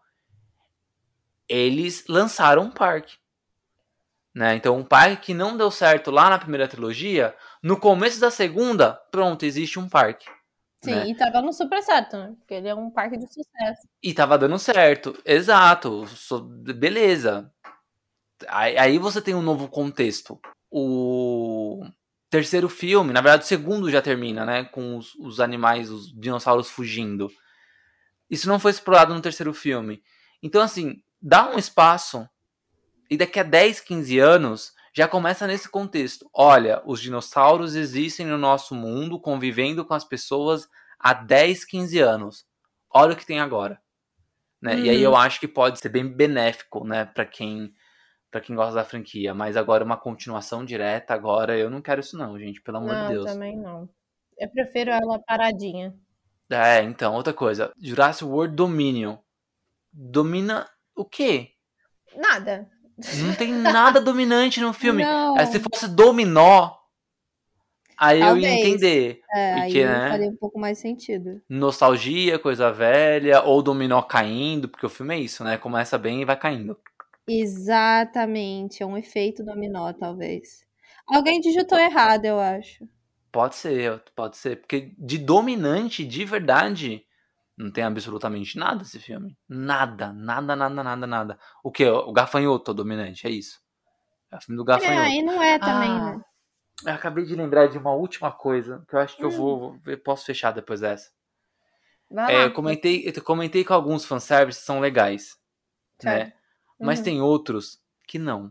Eles lançaram um parque. Né? Então, um parque que não deu certo lá na primeira trilogia, no começo da segunda, pronto, existe um parque. Sim, Né? e tava no super certo, né? Porque ele é um parque de sucesso. E tava dando certo, exato, beleza. Aí você tem um novo contexto. O terceiro filme, na verdade o segundo já termina, né? Com os animais, os dinossauros fugindo. Isso não foi explorado no terceiro filme. Então, assim, dá um espaço e daqui a 10, 15 anos já começa nesse contexto. Olha, os dinossauros existem no nosso mundo, convivendo com as pessoas há 10, 15 anos. Olha o que tem agora. Né? E aí eu acho que pode ser bem benéfico, né, para quem gosta da franquia. Mas agora uma continuação direta, agora eu não quero isso não, gente, pelo amor de Não, Deus. também não. Eu prefiro ela paradinha. Então, outra coisa. Jurassic World Dominion. Domina o quê? Nada. Não tem nada dominante no filme. Se Não. fosse Dominó, aí eu ia Talvez. entender. Porque, Aí né? faria um pouco mais sentido. Nostalgia, coisa velha, ou Dominó caindo, porque o filme é isso, né? Começa bem e vai caindo. Exatamente. É um efeito dominó, talvez. Alguém digitou errado, eu acho. Pode ser. Porque de dominante, de verdade, não tem absolutamente nada esse filme. Nada. O que? O gafanhoto é o dominante, é isso. É o filme do gafanhoto. Aí não é também, né? Eu acabei de lembrar de uma última coisa que eu acho que eu posso fechar depois dessa. Vai lá. Eu comentei que alguns fanservices são legais, Certo. né? Mas tem outros que não.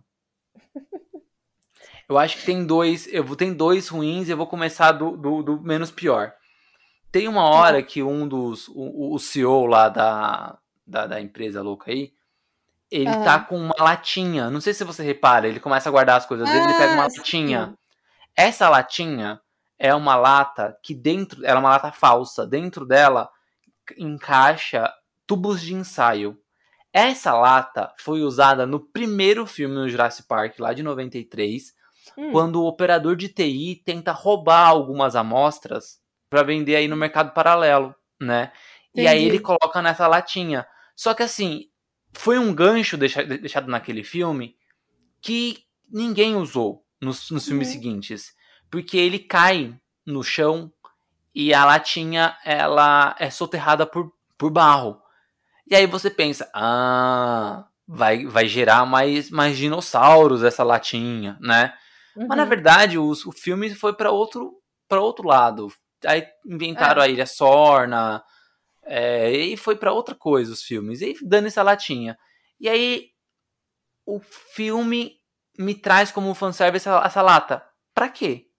Eu acho que tem dois ruins e eu vou começar do menos pior. Tem uma hora que o CEO lá da empresa louca aí, ele tá com uma latinha. Não sei se você repara, ele começa a guardar as coisas dele, ele pega uma latinha. Sim. Essa latinha é uma lata que dentro, ela é uma lata falsa. Dentro dela encaixa tubos de ensaio. Essa lata foi usada no primeiro filme no Jurassic Park, lá de 93, quando o operador de TI tenta roubar algumas amostras para vender aí no mercado paralelo, né? Entendi. E aí ele coloca nessa latinha. Só que assim, foi um gancho deixado naquele filme que ninguém usou nos filmes seguintes. Porque ele cai no chão e a latinha, ela é soterrada por barro. E aí você pensa, vai gerar mais dinossauros essa latinha, né? Mas na verdade o filme foi para outro lado. Aí inventaram a Ilha Sorna, e foi para outra coisa os filmes. E dando essa latinha. E aí o filme me traz como fanservice essa lata. Pra quê?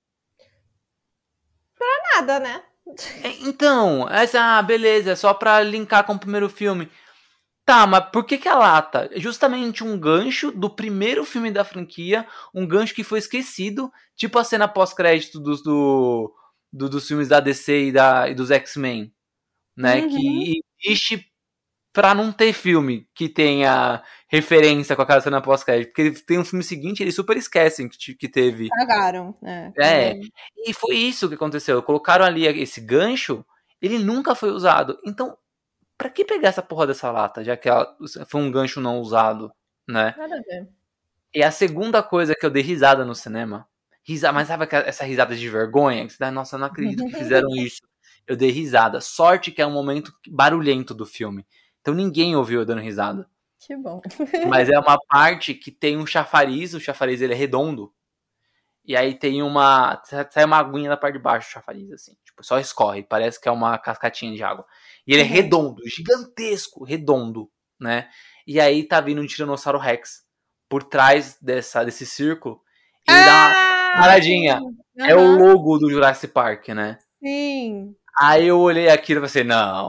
Pra nada, né? Então, beleza, é só pra linkar com o primeiro filme. Tá, mas por que a lata? É justamente um gancho do primeiro filme da franquia, um gancho que foi esquecido, tipo a cena pós-crédito dos filmes da DC e dos X-Men, né? Que existe pra não ter filme que tenha referência com aquela cena pós-crédito. Porque tem um filme seguinte, eles super esquecem que teve. Cagaram. E foi isso que aconteceu. Colocaram ali esse gancho, ele nunca foi usado. Então, pra que pegar essa porra dessa lata, já que ela foi um gancho não usado, né? Nada a ver. E a segunda coisa que eu dei risada no cinema, Mas sabe essa risada de vergonha? Que você dá, nossa, eu não acredito que fizeram isso. Eu dei risada. Sorte que é um momento barulhento do filme. Então ninguém ouviu eu dando risada. Que bom. Mas é uma parte que tem um chafariz, o chafariz ele é redondo. E aí tem sai uma aguinha da parte de baixo do chafariz, assim. Tipo, só escorre, parece que é uma cascatinha de água. E ele é redondo, gigantesco, redondo, né? E aí tá vindo um Tiranossauro Rex por trás desse círculo. E ele dá uma paradinha. É o logo do Jurassic Park, né? Sim. Aí eu olhei aquilo e falei,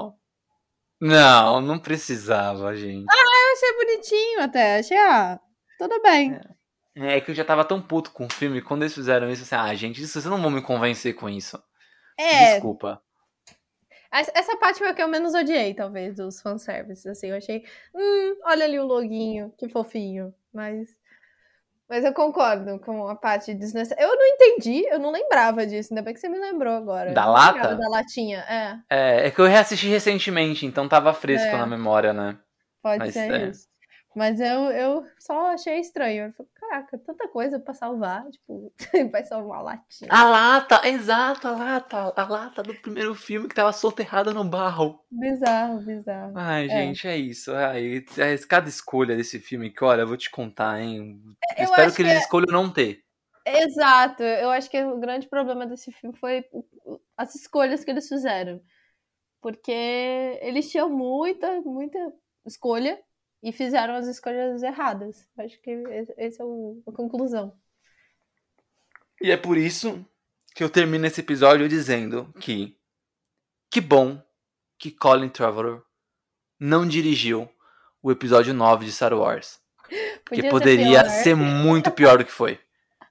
não precisava, gente. Eu achei bonitinho até, achei, tudo bem. É que eu já tava tão puto com o filme, quando eles fizeram isso, assim, gente, vocês não vão me convencer com isso. Desculpa. Essa parte foi a que eu menos odiei, talvez, dos fanservices, assim, eu achei, olha ali o loguinho, que fofinho, mas eu concordo com a parte desnecessária. Eu não entendi, eu não lembrava disso, ainda bem que você me lembrou agora. Da lata? Da latinha, É que eu reassisti recentemente, então tava fresco na memória, né? Pode ser isso. Mas eu só achei estranho. Eu falei, caraca, tanta coisa pra salvar. Tipo, vai salvar uma latinha. A lata, exato, a lata do primeiro filme que tava soterrada no barro. Bizarro. Ai, gente, é isso. Cada escolha desse filme que, olha, eu vou te contar, hein? Eu espero que eles escolham não ter. Exato. Eu acho que o grande problema desse filme foi as escolhas que eles fizeram. Porque eles tinham muita escolha e fizeram as escolhas erradas. Acho que essa é a conclusão. E é por isso que eu termino esse episódio dizendo que bom que Colin Trevorrow não dirigiu o episódio 9 de Star Wars. Porque poderia ser muito pior do que foi.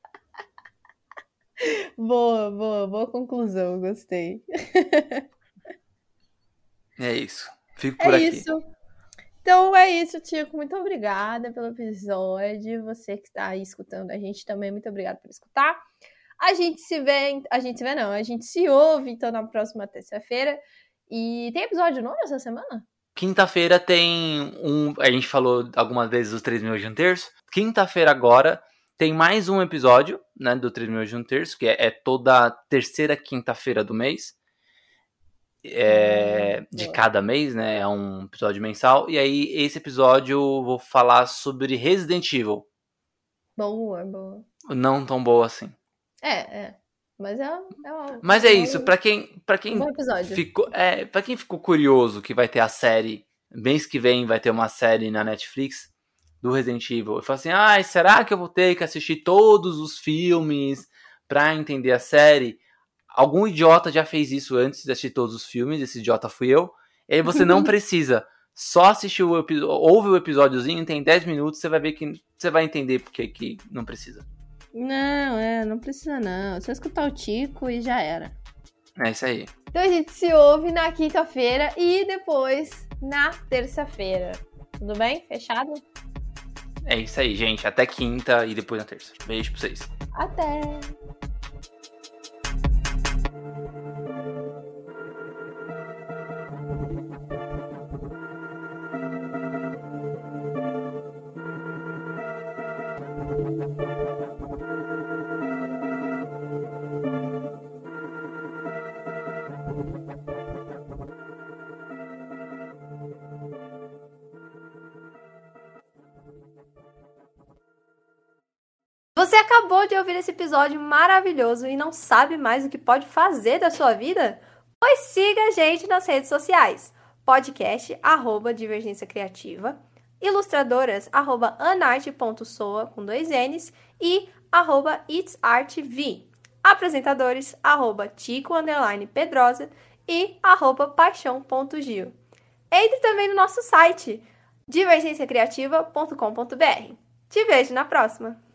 Boa conclusão, gostei. É isso. Fico por aqui. Isso. Então é isso, Tico. Muito obrigada pelo episódio. Você que está aí escutando a gente também, muito obrigada por escutar. A gente se ouve então na próxima terça-feira. E tem episódio novo essa semana? Quinta-feira tem a gente falou algumas vezes dos 3 mil de um terço. Quinta-feira agora tem mais um episódio, né, do 3 mil de um terço, que é toda terceira quinta-feira do mês. De cada mês, né? É um episódio mensal. E aí, esse episódio eu vou falar sobre Resident Evil. Boa. Não tão boa assim. Mas é isso. Pra quem ficou, pra quem ficou curioso que vai ter a série, mês que vem vai ter uma série na Netflix do Resident Evil. Eu falo assim, será que eu vou ter que assistir todos os filmes pra entender a série? Algum idiota já fez isso antes de assistir todos os filmes, esse idiota fui eu. E aí você não precisa. Só assistir ouve o episódiozinho, tem 10 minutos, você vai ver que você vai entender porque que não precisa. Não precisa não. Só escutar o Tico e já era. É isso aí. Então a gente se ouve na quinta-feira e depois na terça-feira. Tudo bem? Fechado? É isso aí, gente. Até quinta e depois na terça. Beijo pra vocês. Até! Você acabou de ouvir esse episódio maravilhoso e não sabe mais o que pode fazer da sua vida? Pois siga a gente nas redes sociais. Podcast, @Divergência Criativa, ilustradoras, @anarte.soa, com 2 N's, e @itsartv. Apresentadores, @Tico_Pedrosa e @paixão.gil. Entre também no nosso site, divergenciacriativa.com.br. Te vejo na próxima!